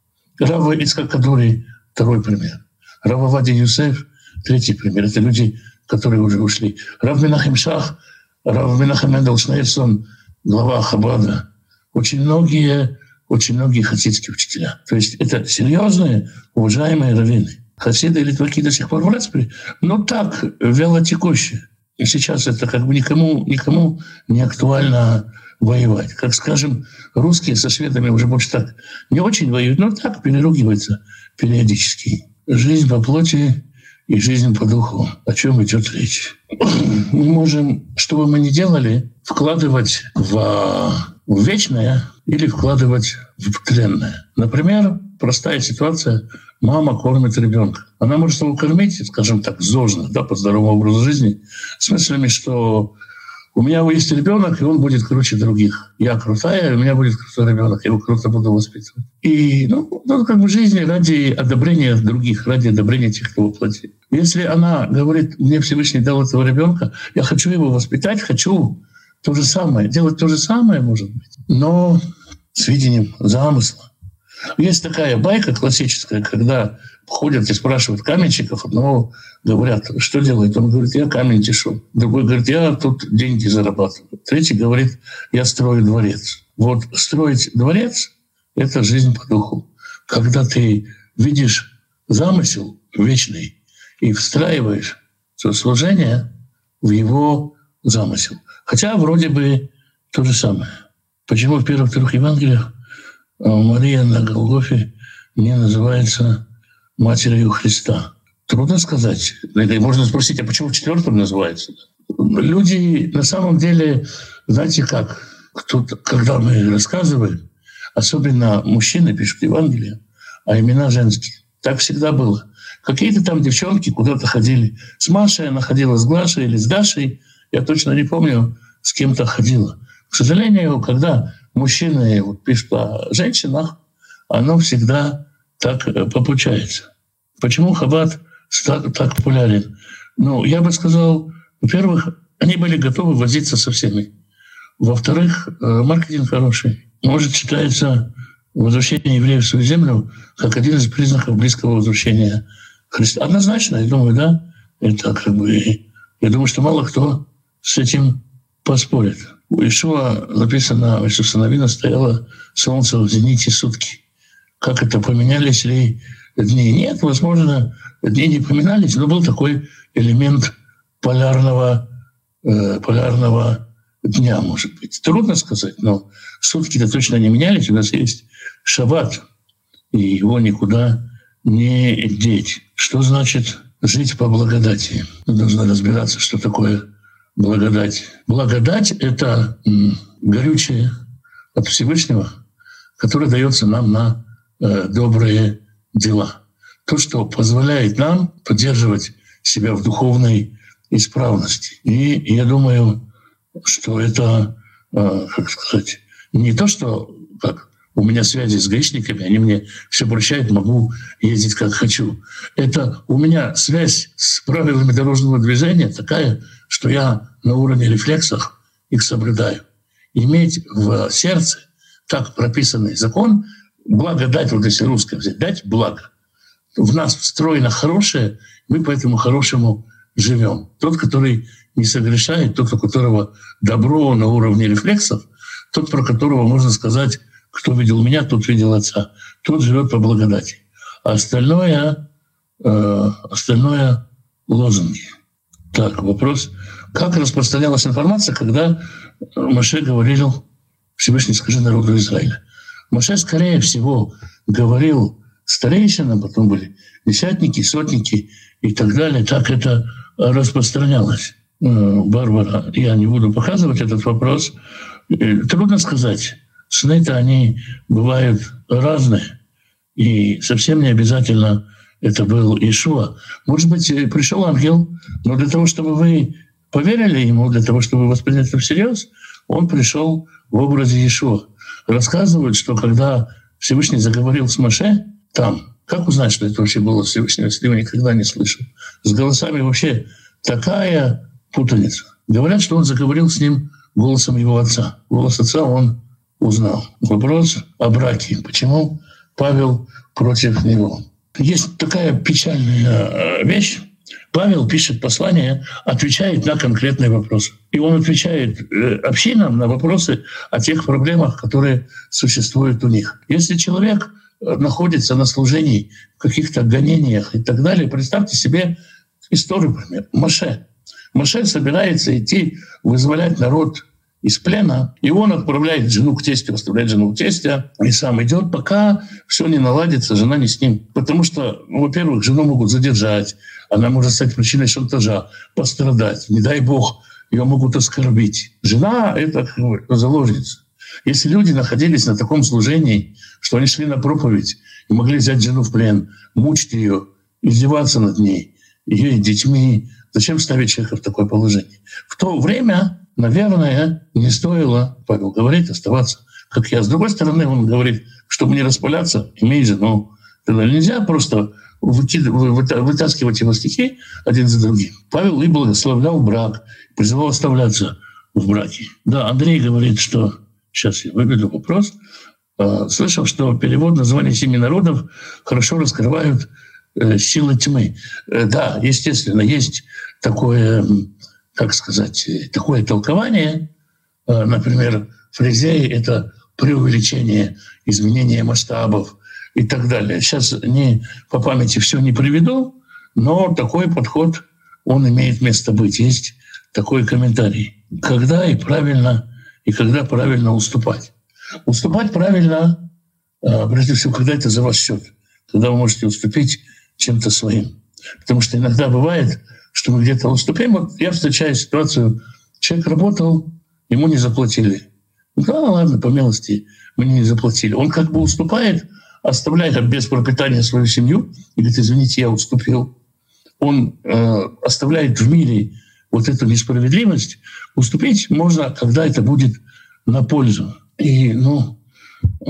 Рав Ицхак Кадури — второй пример. Рав Овадия Юсеф — третий пример. Это люди, которые уже ушли. Рав Менахем Шах, Рав Менахем Мендел Шнейрсон, глава Хабада. Очень многие, очень многие хасидские учителя. То есть это серьезные, уважаемые раввины. Хасиды и литваки до сих пор в распри, но так, вялотекущие. И сейчас это как бы никому, никому не актуально воевать. Как, скажем, русские со шведами уже больше так не очень воюют, но так переругиваются периодически. Жизнь по плоти и жизнь по духу. О чем идет речь? Мы можем, что бы мы ни делали, вкладывать в, в вечное или вкладывать в тленное. Например, простая ситуация. Мама кормит ребенка. Она может его кормить, скажем так, зожно, да, по здоровому образу жизни, с мыслями, что у меня есть ребенок, и он будет круче других. Я крутая, и у меня будет крутой ребенок, я его круто буду воспитывать. И, ну, ну, как бы жизнь ради одобрения других, ради одобрения тех, кто воплотил. Если она говорит, мне Всевышний дал этого ребенка, я хочу его воспитать, хочу то же самое, делать то же самое, может быть, но с видением замысла. Есть такая байка классическая, когда ходят и спрашивают каменщиков, одного говорят, что делает? Он говорит, я камень тешу. Другой говорит, я тут деньги зарабатываю. Третий говорит, я строю дворец. Вот строить дворец — это жизнь по духу. Когда ты видишь замысел вечный и встраиваешь свое служение в его замысел. Хотя вроде бы то же самое. Почему в первых трех Евангелиях Мария на Голгофе не называется матерью Христа? Трудно сказать. Можно спросить, а почему в четвертом называется? Люди на самом деле, знаете как, кто-то, когда мы рассказываем, особенно мужчины пишут Евангелие, а имена женские. Так всегда было. Какие-то там девчонки куда-то ходили. С Машей она ходила, с Глашей или с Дашей. Я точно не помню, с кем-то ходила. К сожалению, когда мужчины вот пишут о женщинах, оно всегда так получается. Почему Хаббат так, так популярен? Ну, я бы сказал, во-первых, они были готовы возиться со всеми. Во-вторых, маркетинг хороший. Может, считается возвращение евреев в свою землю как один из признаков близкого возвращения Христа. Однозначно, я думаю, да, это как бы... Я думаю, что мало кто с этим поспорит. У Иешуа написано, у Иисуса Навина стояло солнце в зените сутки. Как это, поменялись ли дни? Нет, возможно, дни не поменялись, но был такой элемент полярного, э, полярного дня, может быть. Трудно сказать, но сутки-то точно не менялись. У нас есть шаббат, и его никуда не деть. Что значит жить по благодати? Нужно разбираться, что такое благодать. Благодать — это горючее от Всевышнего, которое дается нам на э, добрые дела. То, что позволяет нам поддерживать себя в духовной исправности. И я думаю, что это, э, как сказать, не то, что как у меня связи с гаишниками, они мне все прощают, могу ездить как хочу. Это у меня связь с правилами дорожного движения такая, что я на уровне рефлексов их соблюдаю. Иметь в сердце так прописанный закон, благо дать, вот если русское взять, дать благо. В нас встроено хорошее, мы по этому хорошему живем. Тот, который не согрешает, тот, у которого добро на уровне рефлексов, тот, про которого можно сказать, кто видел меня, тот видел Отца, тот живет по благодати. А остальное, э, остальное лозунги. Так, вопрос. Как распространялась информация, когда Моше говорил, Всевышний, скажи народу Израиля? Моше, скорее всего, говорил старейшинам, потом были десятники, сотники и так далее. Так это распространялось. Барбара, я не буду показывать этот вопрос. Трудно сказать. Сны-то они бывают разные. И совсем не обязательно это был Иешуа. Может быть, пришел ангел, но для того, чтобы вы поверили ему, для того, чтобы воспринять это всерьез, он пришел в образе Иешуа. Рассказывают, что когда Всевышний заговорил с Моше, там, как узнать, что это вообще было Всевышний, если его никогда не слышал? С голосами вообще такая путаница. Говорят, что он заговорил с ним голосом его отца. Голос отца он узнал. Вопрос о браке. Почему Павел против него? Есть такая печальная вещь. Павел пишет послание, отвечает на конкретные вопросы. И он отвечает общинам на вопросы о тех проблемах, которые существуют у них. Если человек находится на служении, в каких-то гонениях и так далее, представьте себе историю, например, Моше. Моше собирается идти вызволять народ из плена, и он отправляет жену к тестю, оставляет жену у тестя, и сам идет, пока все не наладится, жена не с ним. Потому что, ну, во-первых, жену могут задержать, она может стать причиной шантажа, пострадать, не дай бог, ее могут оскорбить. Жена — это заложница. Если люди находились на таком служении, что они шли на проповедь и могли взять жену в плен, мучить ее, издеваться над ней, ее детьми, зачем ставить человека в такое положение? В то время, наверное, не стоило, Павел говорит, оставаться, как я. С другой стороны, он говорит, чтобы не распыляться, имей жену. Нельзя просто вытаскивать его стихи один за другим. Павел и благословлял брак, призывал оставляться в браке. Да, Андрей говорит, что... Сейчас я выведу вопрос. Слышал, что перевод названия семи народов хорошо раскрывают силы тьмы. Да, естественно, есть такое, как сказать, такое толкование. Например, фарисеи — это преувеличение, изменение масштабов и так далее. Сейчас не, по памяти все не приведу, но такой подход, он имеет место быть. Есть такой комментарий. Когда и правильно, и когда правильно уступать. Уступать правильно, прежде всего, когда это за ваш счет, когда вы можете уступить чем-то своим. Потому что иногда бывает, что мы где-то уступим. Вот я встречаю ситуацию, человек работал, ему не заплатили. Да, ладно, по милости, мне не заплатили. Он как бы уступает, оставляет без пропитания свою семью и говорит: извините, я уступил. Он э, оставляет в мире вот эту несправедливость. Уступить можно, когда это будет на пользу. И, ну, э,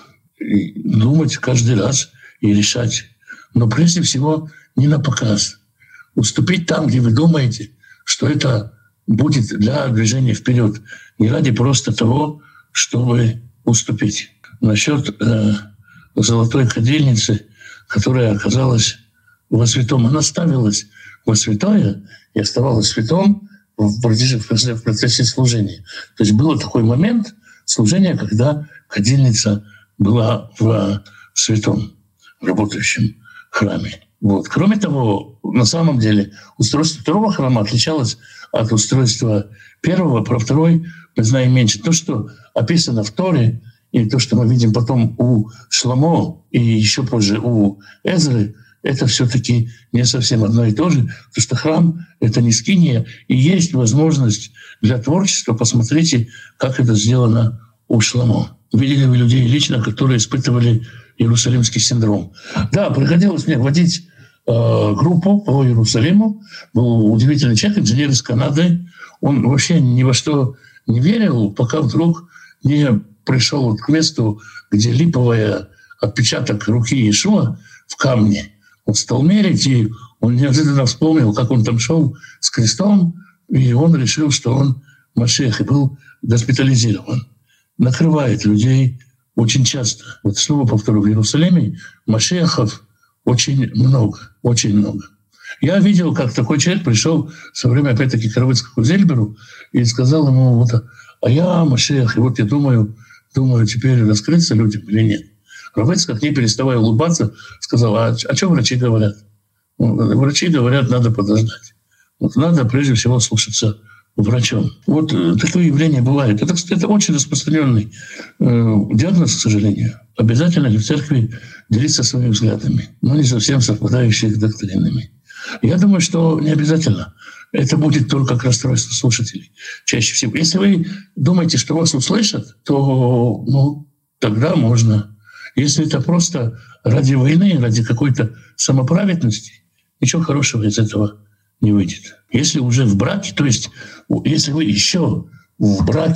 и думать каждый раз и решать. Но прежде всего не на показ. Уступить там, где вы думаете, что это будет для движения вперед, не ради просто того, чтобы уступить. Насчет э, золотой кадильницы, которая оказалась во святом, она ставилась во святое и оставалась святом в процессе служения. То есть был такой момент служения, когда кадильница была в святом, в работающем храме. Вот. Кроме того, на самом деле устройство второго храма отличалось от устройства первого. Про второй мы знаем меньше. То, что описано в Торе, и то, что мы видим потом у Шломо и еще позже у Эзры, это все-таки не совсем одно и то же, потому что храм — это не скиния, и есть возможность для творчества. Посмотрите, как это сделано у Шломо. Видели вы людей лично, которые испытывали Иерусалимский синдром? Да, приходилось мне водить э, группу по Иерусалиму. Был удивительный человек, инженер из Канады. Он вообще ни во что не верил, пока вдруг не пришел вот к месту, где липовый отпечаток руки Иешуа в камне. Он стал мерить, и он неожиданно вспомнил, как он там шел с крестом, и он решил, что он Машиах, и был госпитализирован. Накрывает людей очень часто. Вот снова повторю, в Иерусалиме Машиахов очень много, очень много. Я видел, как такой человек пришел со времени, опять-таки, к Равицкому Зельберу и сказал ему: вот, а я Машиах, и вот я думаю, думаю, теперь раскрыться людям или нет. Равицкак, не переставая улыбаться, сказал: а о чем врачи говорят? Ну, врачи говорят, надо подождать. Вот надо прежде всего слушаться врачом. Вот э, такое явление бывает. Это, это очень распространенный э, диагноз, к сожалению. Обязательно ли в церкви делиться своими взглядами, но не совсем совпадающими с доктринами. Я думаю, что не обязательно. Это будет только как расстройство слушателей чаще всего. Если вы думаете, что вас услышат, то ну, тогда можно. Если это просто ради войны, ради какой-то самоправедности, ничего хорошего из этого не выйдет. Если уже в браке, то есть если вы еще в браке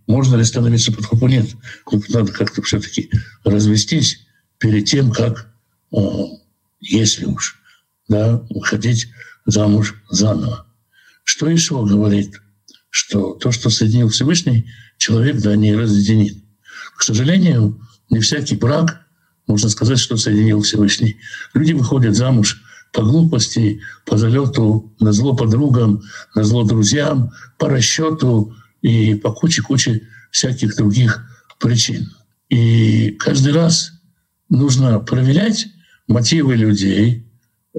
можно ли становиться под хупу? Нет. Тут надо как-то все-таки развестись перед тем, как, если уж, да, выходить замуж заново. Что Иешуа говорит? Что то, что соединил Всевышний, человек, да, не разъединит. К сожалению, не всякий брак, можно сказать, что соединил Всевышний. Люди выходят замуж по глупости, по залету, на зло подругам, на зло друзьям, по расчету и по куче-куче всяких других причин. И каждый раз нужно проверять мотивы людей,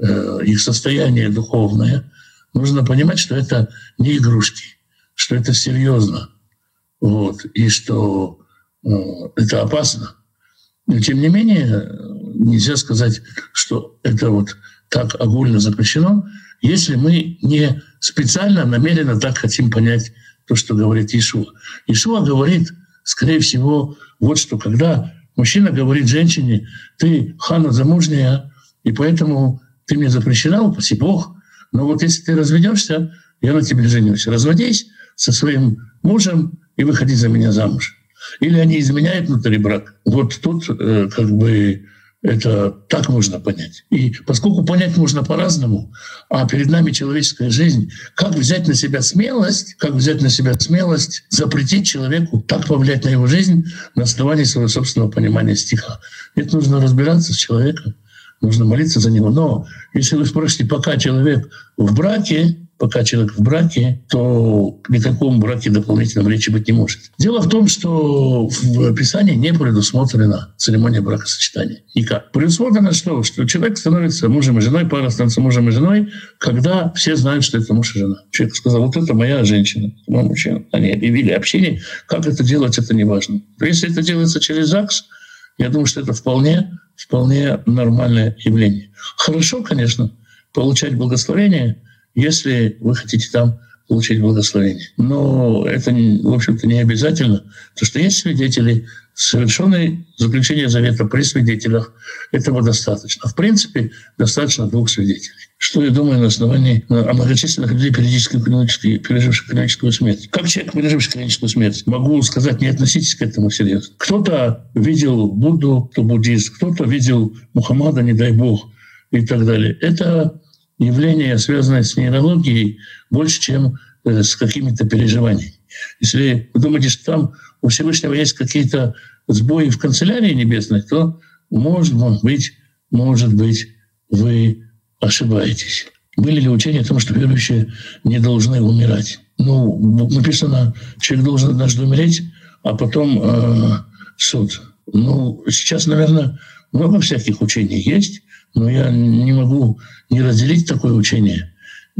их состояние духовное. Нужно понимать, что это не игрушки, что это серьезно, вот, и что э, это опасно. Но тем не менее, нельзя сказать, что это вот так огульно запрещено, если мы не специально, намеренно так хотим понять то, что говорит Иешуа. Иешуа говорит, скорее всего, вот что, когда мужчина говорит женщине: ты, Хана, замужняя, и поэтому ты мне запрещена, упаси Бог, но вот если ты разведешься, я на тебе женюсь. Разводись со своим мужем и выходи за меня замуж. Или они изменяют внутри брак. Вот тут э, как бы это так можно понять. И поскольку понять можно по-разному, а перед нами человеческая жизнь, как взять на себя смелость, как взять на себя смелость запретить человеку так повлиять на его жизнь на основании своего собственного понимания стиха. Это нужно разбираться с человеком, нужно молиться за него. Но если вы спросите, пока человек в браке, пока человек в браке, то ни о каком браке дополнительном речи быть не может. Дело в том, что в Писании не предусмотрена церемония бракосочетания. Никак. Предусмотрено что? Что человек становится мужем и женой, пара становится мужем и женой, когда все знают, что это муж и жена. Человек сказал: вот это моя женщина, это мой мужчина. Они объявили общение. Как это делать, это не важно. Но если это делается через ЗАГС, я думаю, что это вполне, вполне нормальное явление. Хорошо, конечно, получать благословение, если вы хотите там получить благословение. Но это, в общем-то, не обязательно, потому что есть свидетели, совершенное заключение завета при свидетелях. Этого достаточно. В принципе, достаточно двух свидетелей. Что я думаю на основании о многочисленных людей, периодически переживших клиническую смерть. Как человек, переживший клиническую смерть, могу сказать, не относитесь к этому серьезно. Кто-то видел Будду, кто буддист, кто-то видел Мухаммада, не дай бог, и так далее. Это явление, связанное с нейрологией, больше, чем с какими-то переживаниями. Если вы думаете, что там у Всевышнего есть какие-то сбои в канцелярии небесной, то, может быть, может быть, вы ошибаетесь. Были ли учения о том, что верующие не должны умирать? Ну, написано, человек должен однажды умереть, а потом э, суд. Ну, сейчас, наверное, много всяких учений есть, но я не могу не разделить такое учение,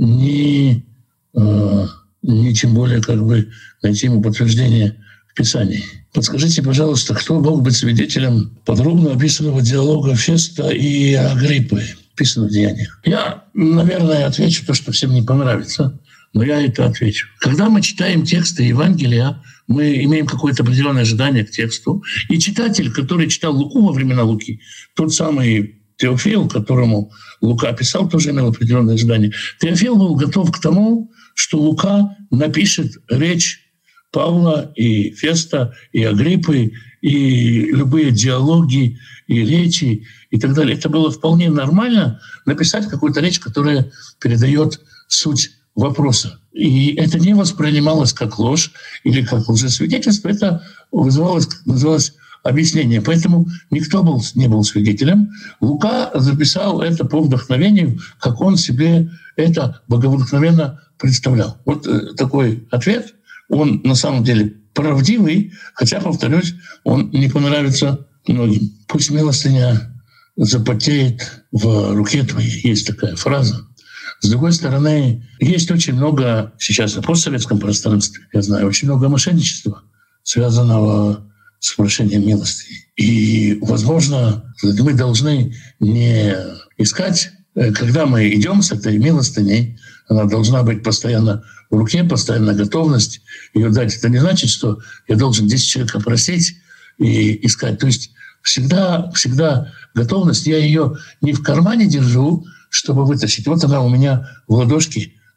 ни, э, ни тем более как бы найти ему подтверждение в Писании. Подскажите, пожалуйста, кто мог быть свидетелем подробно описанного диалога Феста и Агриппы, описанного в Деяниях? Я, наверное, отвечу то, что всем не понравится, но я это отвечу. Когда мы читаем тексты Евангелия, мы имеем какое-то определенное ожидание к тексту. И читатель, который читал Луку во времена Луки, тот самый Теофил, которому Лука писал, тоже имел определенное ожидание. Теофил был готов к тому, что Лука напишет речь Павла и Феста, и Агриппы, и любые диалоги, и речи, и так далее. Это было вполне нормально написать какую-то речь, которая передает суть вопроса. И это не воспринималось как ложь или как лжесвидетельство, это вызывалось, называлось объяснение. Поэтому никто был, не был свидетелем. Лука записал это по вдохновению, как он себе это боговдохновенно представлял. Вот такой ответ. Он на самом деле правдивый, хотя, повторюсь, он не понравится многим. «Пусть милостыня запотеет в руке твоей». Есть такая фраза. С другой стороны, есть очень много сейчас на постсоветском пространстве, я знаю, очень много мошенничества, связанного с прошением милости. И, возможно, мы должны не искать, когда мы идем с этой милостыней, она должна быть постоянно в руке, постоянно готовность ее дать. Это не значит, что я должен десять человек опросить и искать. То есть всегда, всегда готовность. Я ее не в кармане держу, чтобы вытащить. Вот она у меня в ладошке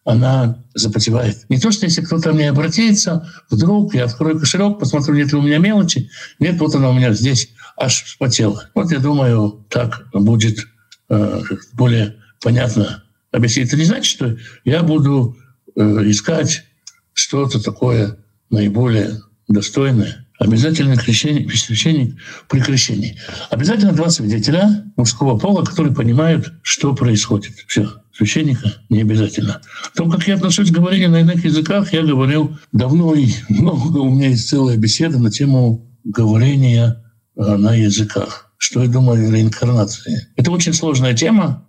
она запотевает. Не то, что если кто-то мне обратится, вдруг я открою кошелек, посмотрю, нет ли у меня мелочи. Нет, вот она у меня здесь аж вспотела. Вот я думаю, так будет э, более понятно объяснить. Это не значит, что я буду э, искать что-то такое наиболее достойное. Обязательно крещение, священник при крещении. Обязательно два свидетеля мужского пола, которые понимают, что происходит. Все. Священника не обязательно. О том, как я отношусь к говорению на иных языках, я говорил давно и много. У меня есть целая беседа на тему говорения на языках. Что я думаю о реинкарнации. Это очень сложная тема,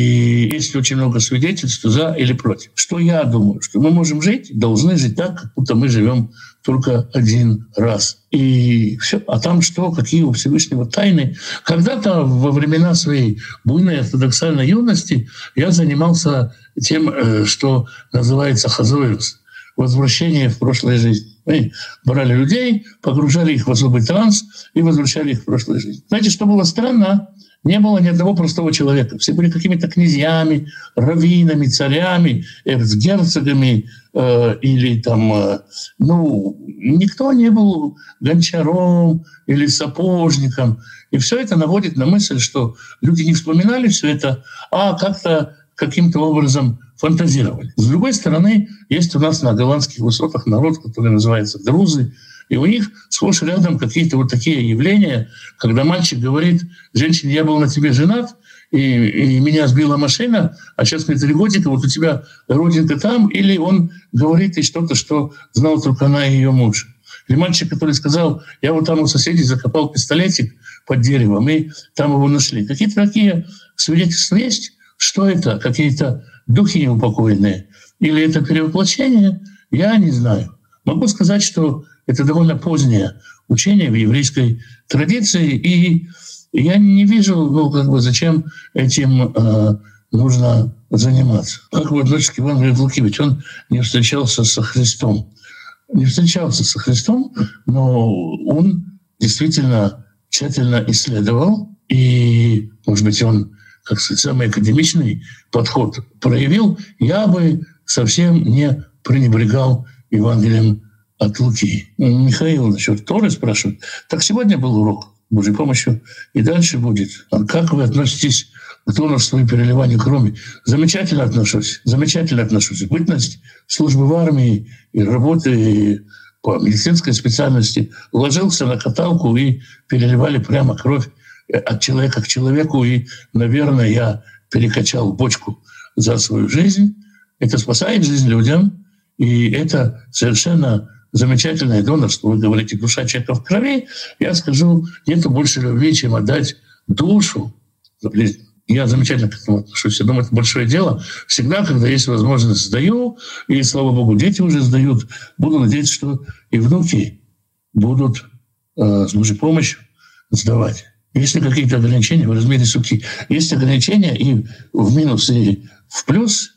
и есть очень много свидетельств за или против. Что я думаю? Что мы можем жить, должны жить так, как будто мы живем только один раз. И все. А там что, какие у Всевышнего тайны? Когда-то во времена своей буйной ортодоксальной юности я занимался тем, что называется хазоирус, возвращение в прошлой жизни. Мы брали людей, погружали их в особый транс и возвращали их в прошлую жизнь. Знаете, что было странно? Не было ни одного простого человека. Все были какими-то князьями, раввинами, царями, эрцгерцогами э, или там... Э, ну, никто не был гончаром или сапожником. И все это наводит на мысль, что люди не вспоминали все это, а как-то каким-то образом фантазировали. С другой стороны, есть у нас на голландских высотах народ, который называется друзы, и у них сплошь рядом какие-то вот такие явления, когда мальчик говорит женщине: я был на тебе женат, и, и меня сбила машина, а сейчас мне три годика, вот у тебя родинка там, или он говорит ей что-то, что знал только она и ее муж. Или мальчик, который сказал: я вот там у соседей закопал пистолетик под деревом, и там его нашли. Какие-то такие свидетельства есть. Что это? Какие-то духи неупокоенные? Или это перевоплощение? Я не знаю. Могу сказать, что это довольно позднее учение в еврейской традиции, и я не вижу, ну, как бы, зачем этим э, нужно заниматься. Как вы относитесь к Евангелию от Луки? Ведь он не встречался со Христом. Не встречался со Христом, но он действительно тщательно исследовал, и, может быть, он, как сказать, самый академичный подход проявил. Я бы совсем не пренебрегал Евангелием от Луки. Михаил насчет Торы спрашивает. Так сегодня был урок Божьей помощью, и дальше будет. А как вы относитесь к донорству и переливанию крови? Замечательно отношусь. Замечательно отношусь. Бытность службы в армии и работы по медицинской специальности ложился на каталку и переливали прямо кровь от человека к человеку. И, наверное, я перекачал бочку за свою жизнь. Это спасает жизнь людям, и это совершенно замечательное донорство. Вы говорите, душа человека в крови. Я скажу, нету больше любви, чем отдать душу за ближнего. Я замечательно к этому отношусь. Я думаю, это большое дело. Всегда, когда есть возможность, сдаю. И, слава богу, дети уже сдают. Буду надеяться, что и внуки будут э, с Божьей помощью сдавать. Есть ли какие-то ограничения в размере суки? Есть ограничения и в минус, и в плюс.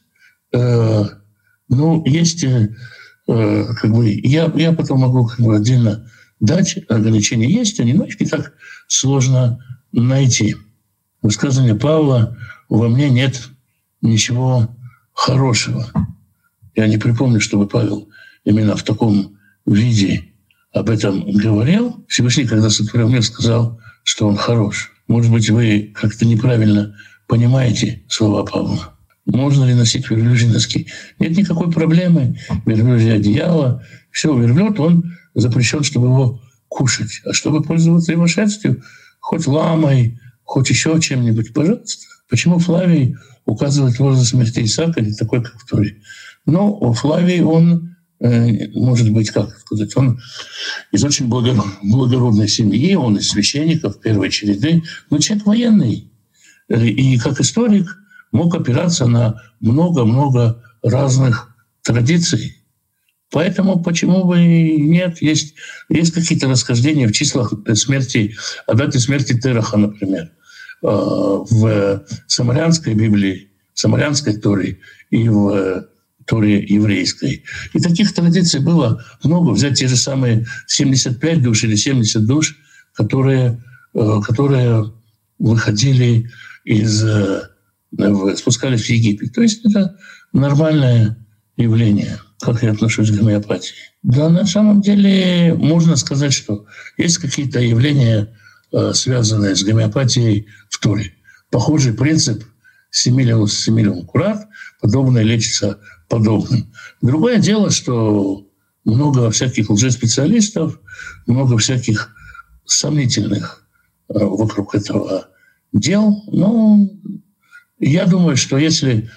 Э, ну, есть... Э, как бы, я, я потом могу как бы отдельно дать. Ограничения есть, они, но их не так сложно найти. Высказывание Павла: «Во мне нет ничего хорошего». Я не припомню, чтобы Павел именно в таком виде об этом говорил. Всевышний, когда сотворил мир, сказал, что он хорош. Может быть, вы как-то неправильно понимаете слова Павла. Можно ли носить верблюжьи носки? Нет никакой проблемы. Верблюжье одеяло. Все, верблюд, он запрещен, чтобы его кушать. А чтобы пользоваться его шерстью, хоть ламой, хоть еще чем-нибудь, пожалуйста. Почему Флавий указывает возраст смерти Исаака, не такой, как в Торе? Но Флавий, он, э, может быть, как сказать, он из очень благородной семьи, он из священников первой череды, но человек военный. И как историк мог опираться на много-много разных традиций. Поэтому почему бы и нет? Есть, есть какие-то расхождения в числах смерти, о дате смерти Тераха, например, в самарянской Библии, в самарянской Торе и в Торе еврейской. И таких традиций было много. Взять те же самые семьдесят пять душ или семьдесят душ, которые, которые выходили из... спускались в Египет. То есть это нормальная явление. Как я отношусь к гомеопатии? Да, на самом деле можно сказать, что есть какие-то явления, связанные с гомеопатией в Торе. Похожий принцип «симилиум симилиум курат», подобное лечится подобным. Другое дело, что много всяких лжеспециалистов, много всяких сомнительных вокруг этого дел. Но я думаю, что если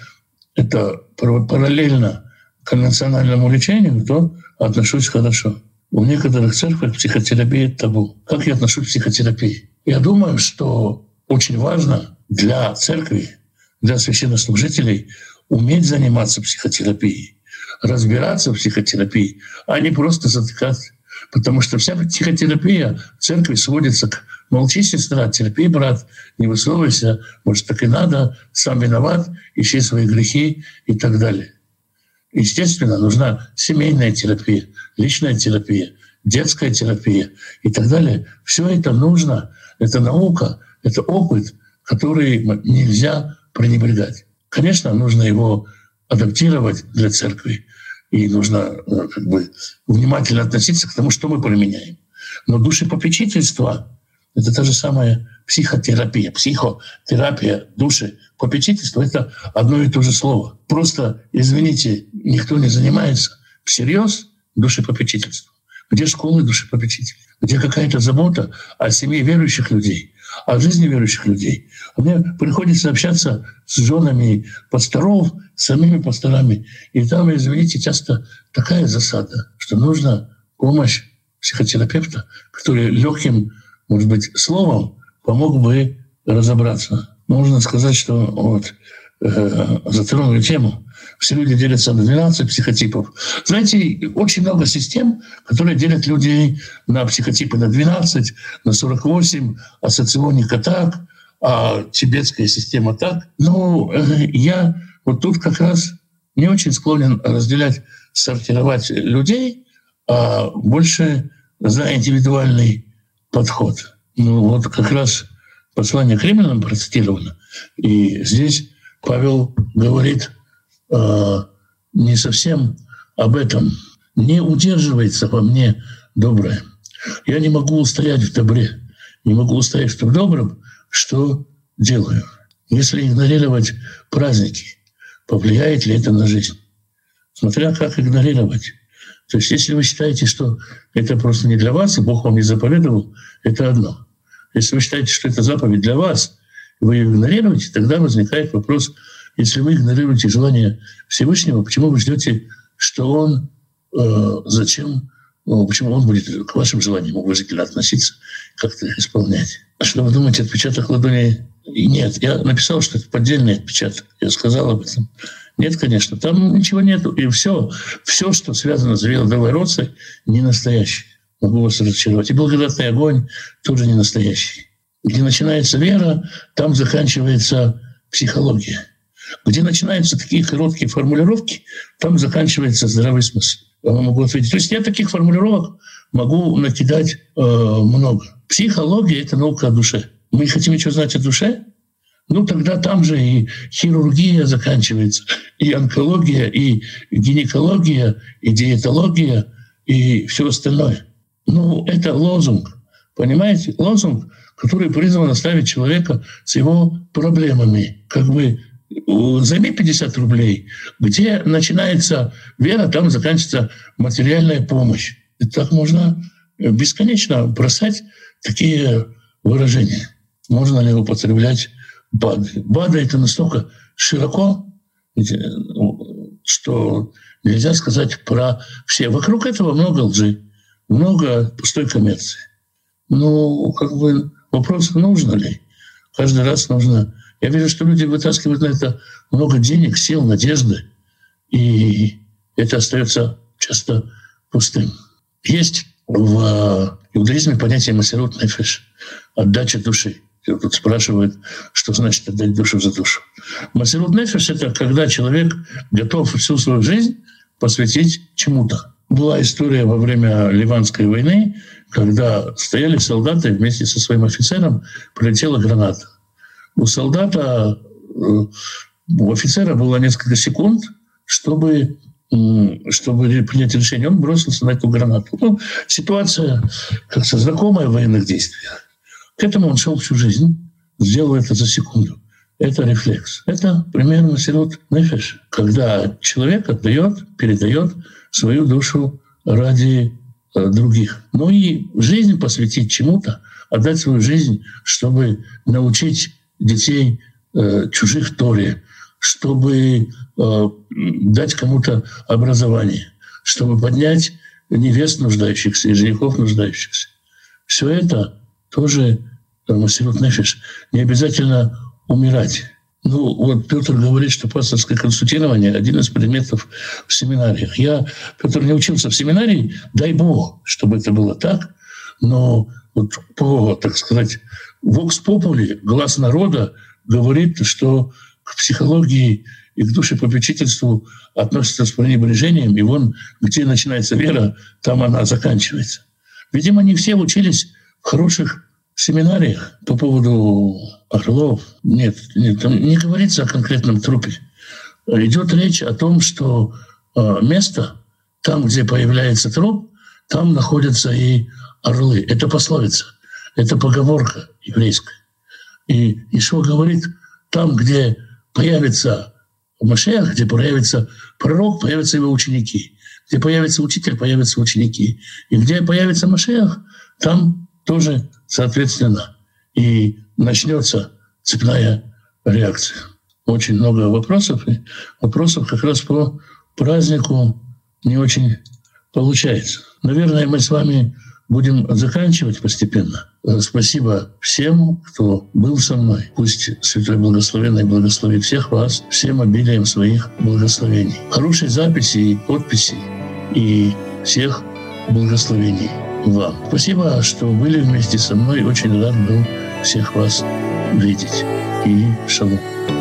это параллельно конвенциональному лечению, то отношусь хорошо. В некоторых церквях психотерапия — табу. Как я отношусь к психотерапии? Я думаю, что очень важно для церкви, для священнослужителей уметь заниматься психотерапией, разбираться в психотерапии, а не просто затыкаться. Потому что вся психотерапия в церкви сводится к «молчи, сестра, терпи, брат, не высовывайся, может, так и надо, сам виноват, ищи свои грехи» и так далее. Естественно, нужна семейная терапия, личная терапия, детская терапия и так далее. Все это нужно, это наука, это опыт, который нельзя пренебрегать. Конечно, нужно его адаптировать для церкви, и нужно как бы внимательно относиться к тому, что мы применяем. Но душепопечительство — это та же самая психотерапия. Психотерапия, душепопечительство — это одно и то же слово. Просто, извините, никто не занимается всерьез душепопечительством. Где школы душепопечителей? Где какая-то забота о семье верующих людей, о жизни верующих людей? Мне приходится общаться с женами пасторов, с самими пасторами. И там, извините, часто такая засада, что нужна помощь психотерапевта, который легким, может быть, словом помог бы разобраться. Можно сказать, что вот, э, затронули тему. Все люди делятся на двенадцать психотипов. Знаете, очень много систем, которые делят людей на психотипы на двенадцать, на сорок восемь, а соционика так, а тибетская система так. Но э, я вот тут как раз не очень склонен разделять, сортировать людей, а больше за индивидуальный подход. Ну вот как раз послание к римлянам процитировано. И здесь Павел говорит э, не совсем об этом. Не удерживается во мне доброе. Я не могу устоять в добре. Не могу устоять в добром, что делаю. Если игнорировать праздники, повлияет ли это на жизнь? Смотря как игнорировать. То есть если вы считаете, что это просто не для вас, и Бог вам не заповедовал, это одно. Если вы считаете, что это заповедь для вас, и вы ее игнорируете, тогда возникает вопрос, если вы игнорируете желание Всевышнего, почему вы ждете, что Он, э, зачем, ну, почему Он будет к вашим желаниям уважительно относиться, как-то их исполнять? А что вы думаете, отпечаток ладони? Нет, я написал, что это поддельный отпечаток. Я сказал об этом. Нет, конечно, там ничего нету. И все, все, что связано с Белой Роцей, не настоящее. Могу вас разочаровать. И благодатный огонь тоже не настоящий. Где начинается вера, там заканчивается психология. Где начинаются такие короткие формулировки, там заканчивается здравый смысл. Я могу ответить. То есть я таких формулировок могу накидать э, много. Психология — это наука о душе. Мы хотим еще знать о душе? Ну, тогда там же и хирургия заканчивается, и онкология, и гинекология, и диетология, и все остальное. Ну, это лозунг, понимаете? Лозунг, который призван оставить человека с его проблемами. Как бы займи пятьдесят рублей, где начинается вера, там заканчивается материальная помощь. И так можно бесконечно бросать такие выражения. Можно ли употреблять БАДы? БАДы — это настолько широко, что нельзя сказать про все. Вокруг этого много лжи, много пустой коммерции. Ну, как бы вопрос, нужно ли? Каждый раз нужно... Я вижу, что люди вытаскивают на это много денег, сил, надежды, и это остается часто пустым. Есть в иудаизме понятие «масирут нефеш» — отдача души. Тут спрашивают, что значит отдать душу за душу. Масирут нефеш — это когда человек готов всю свою жизнь посвятить чему-то. Была история во время Ливанской войны, когда стояли солдаты вместе со своим офицером, прилетела граната. У солдата, у офицера было несколько секунд, чтобы чтобы принять решение, он бросился на эту гранату. Ну, ситуация как-то знакомая в военных действиях. К этому он шел всю жизнь, сделал это за секунду. Это рефлекс. Это пример Месирут нефеш, когда человек отдает, передает свою душу ради э, других. Ну и жизнь посвятить чему-то, отдать свою жизнь, чтобы научить детей э, чужих Торе, чтобы э, дать кому-то образование, чтобы поднять невест нуждающихся и женихов нуждающихся. Все это тоже Месирут нефеш. Не обязательно умирать. Ну, вот Петр говорит, что пасторское консультирование — один из предметов в семинариях. Я, Петр, не учился в семинарии, дай Бог, чтобы это было так, но вот по, так сказать, vox populi, глаз народа, говорит, что к психологии и к душепопечительству относятся с пренебрежением, и вон, где начинается вера, там она заканчивается. Видимо, не все учились в хороших семинариях. По поводу Орлов нет, нет, там не говорится о конкретном трупе. Идет речь о том, что э, место, там, где появляется труп, там находятся и орлы. Это пословица, это поговорка еврейская. И Ишуа говорит, там, где появится Машиах, где появится пророк, появятся его ученики. Где появится учитель, появятся ученики. И где появится Машиах, там тоже соответственно и начнется цепная реакция. Очень много вопросов, и вопросов как раз по празднику не очень получается. Наверное, мы с вами будем заканчивать постепенно. Спасибо всем, кто был со мной. Пусть Святой Благословенный благословит всех вас всем обилием своих благословений. Хорошей записи и подписи и всех благословений вам. Спасибо, что были вместе со мной. Очень рад был всех вас видеть. И шалом.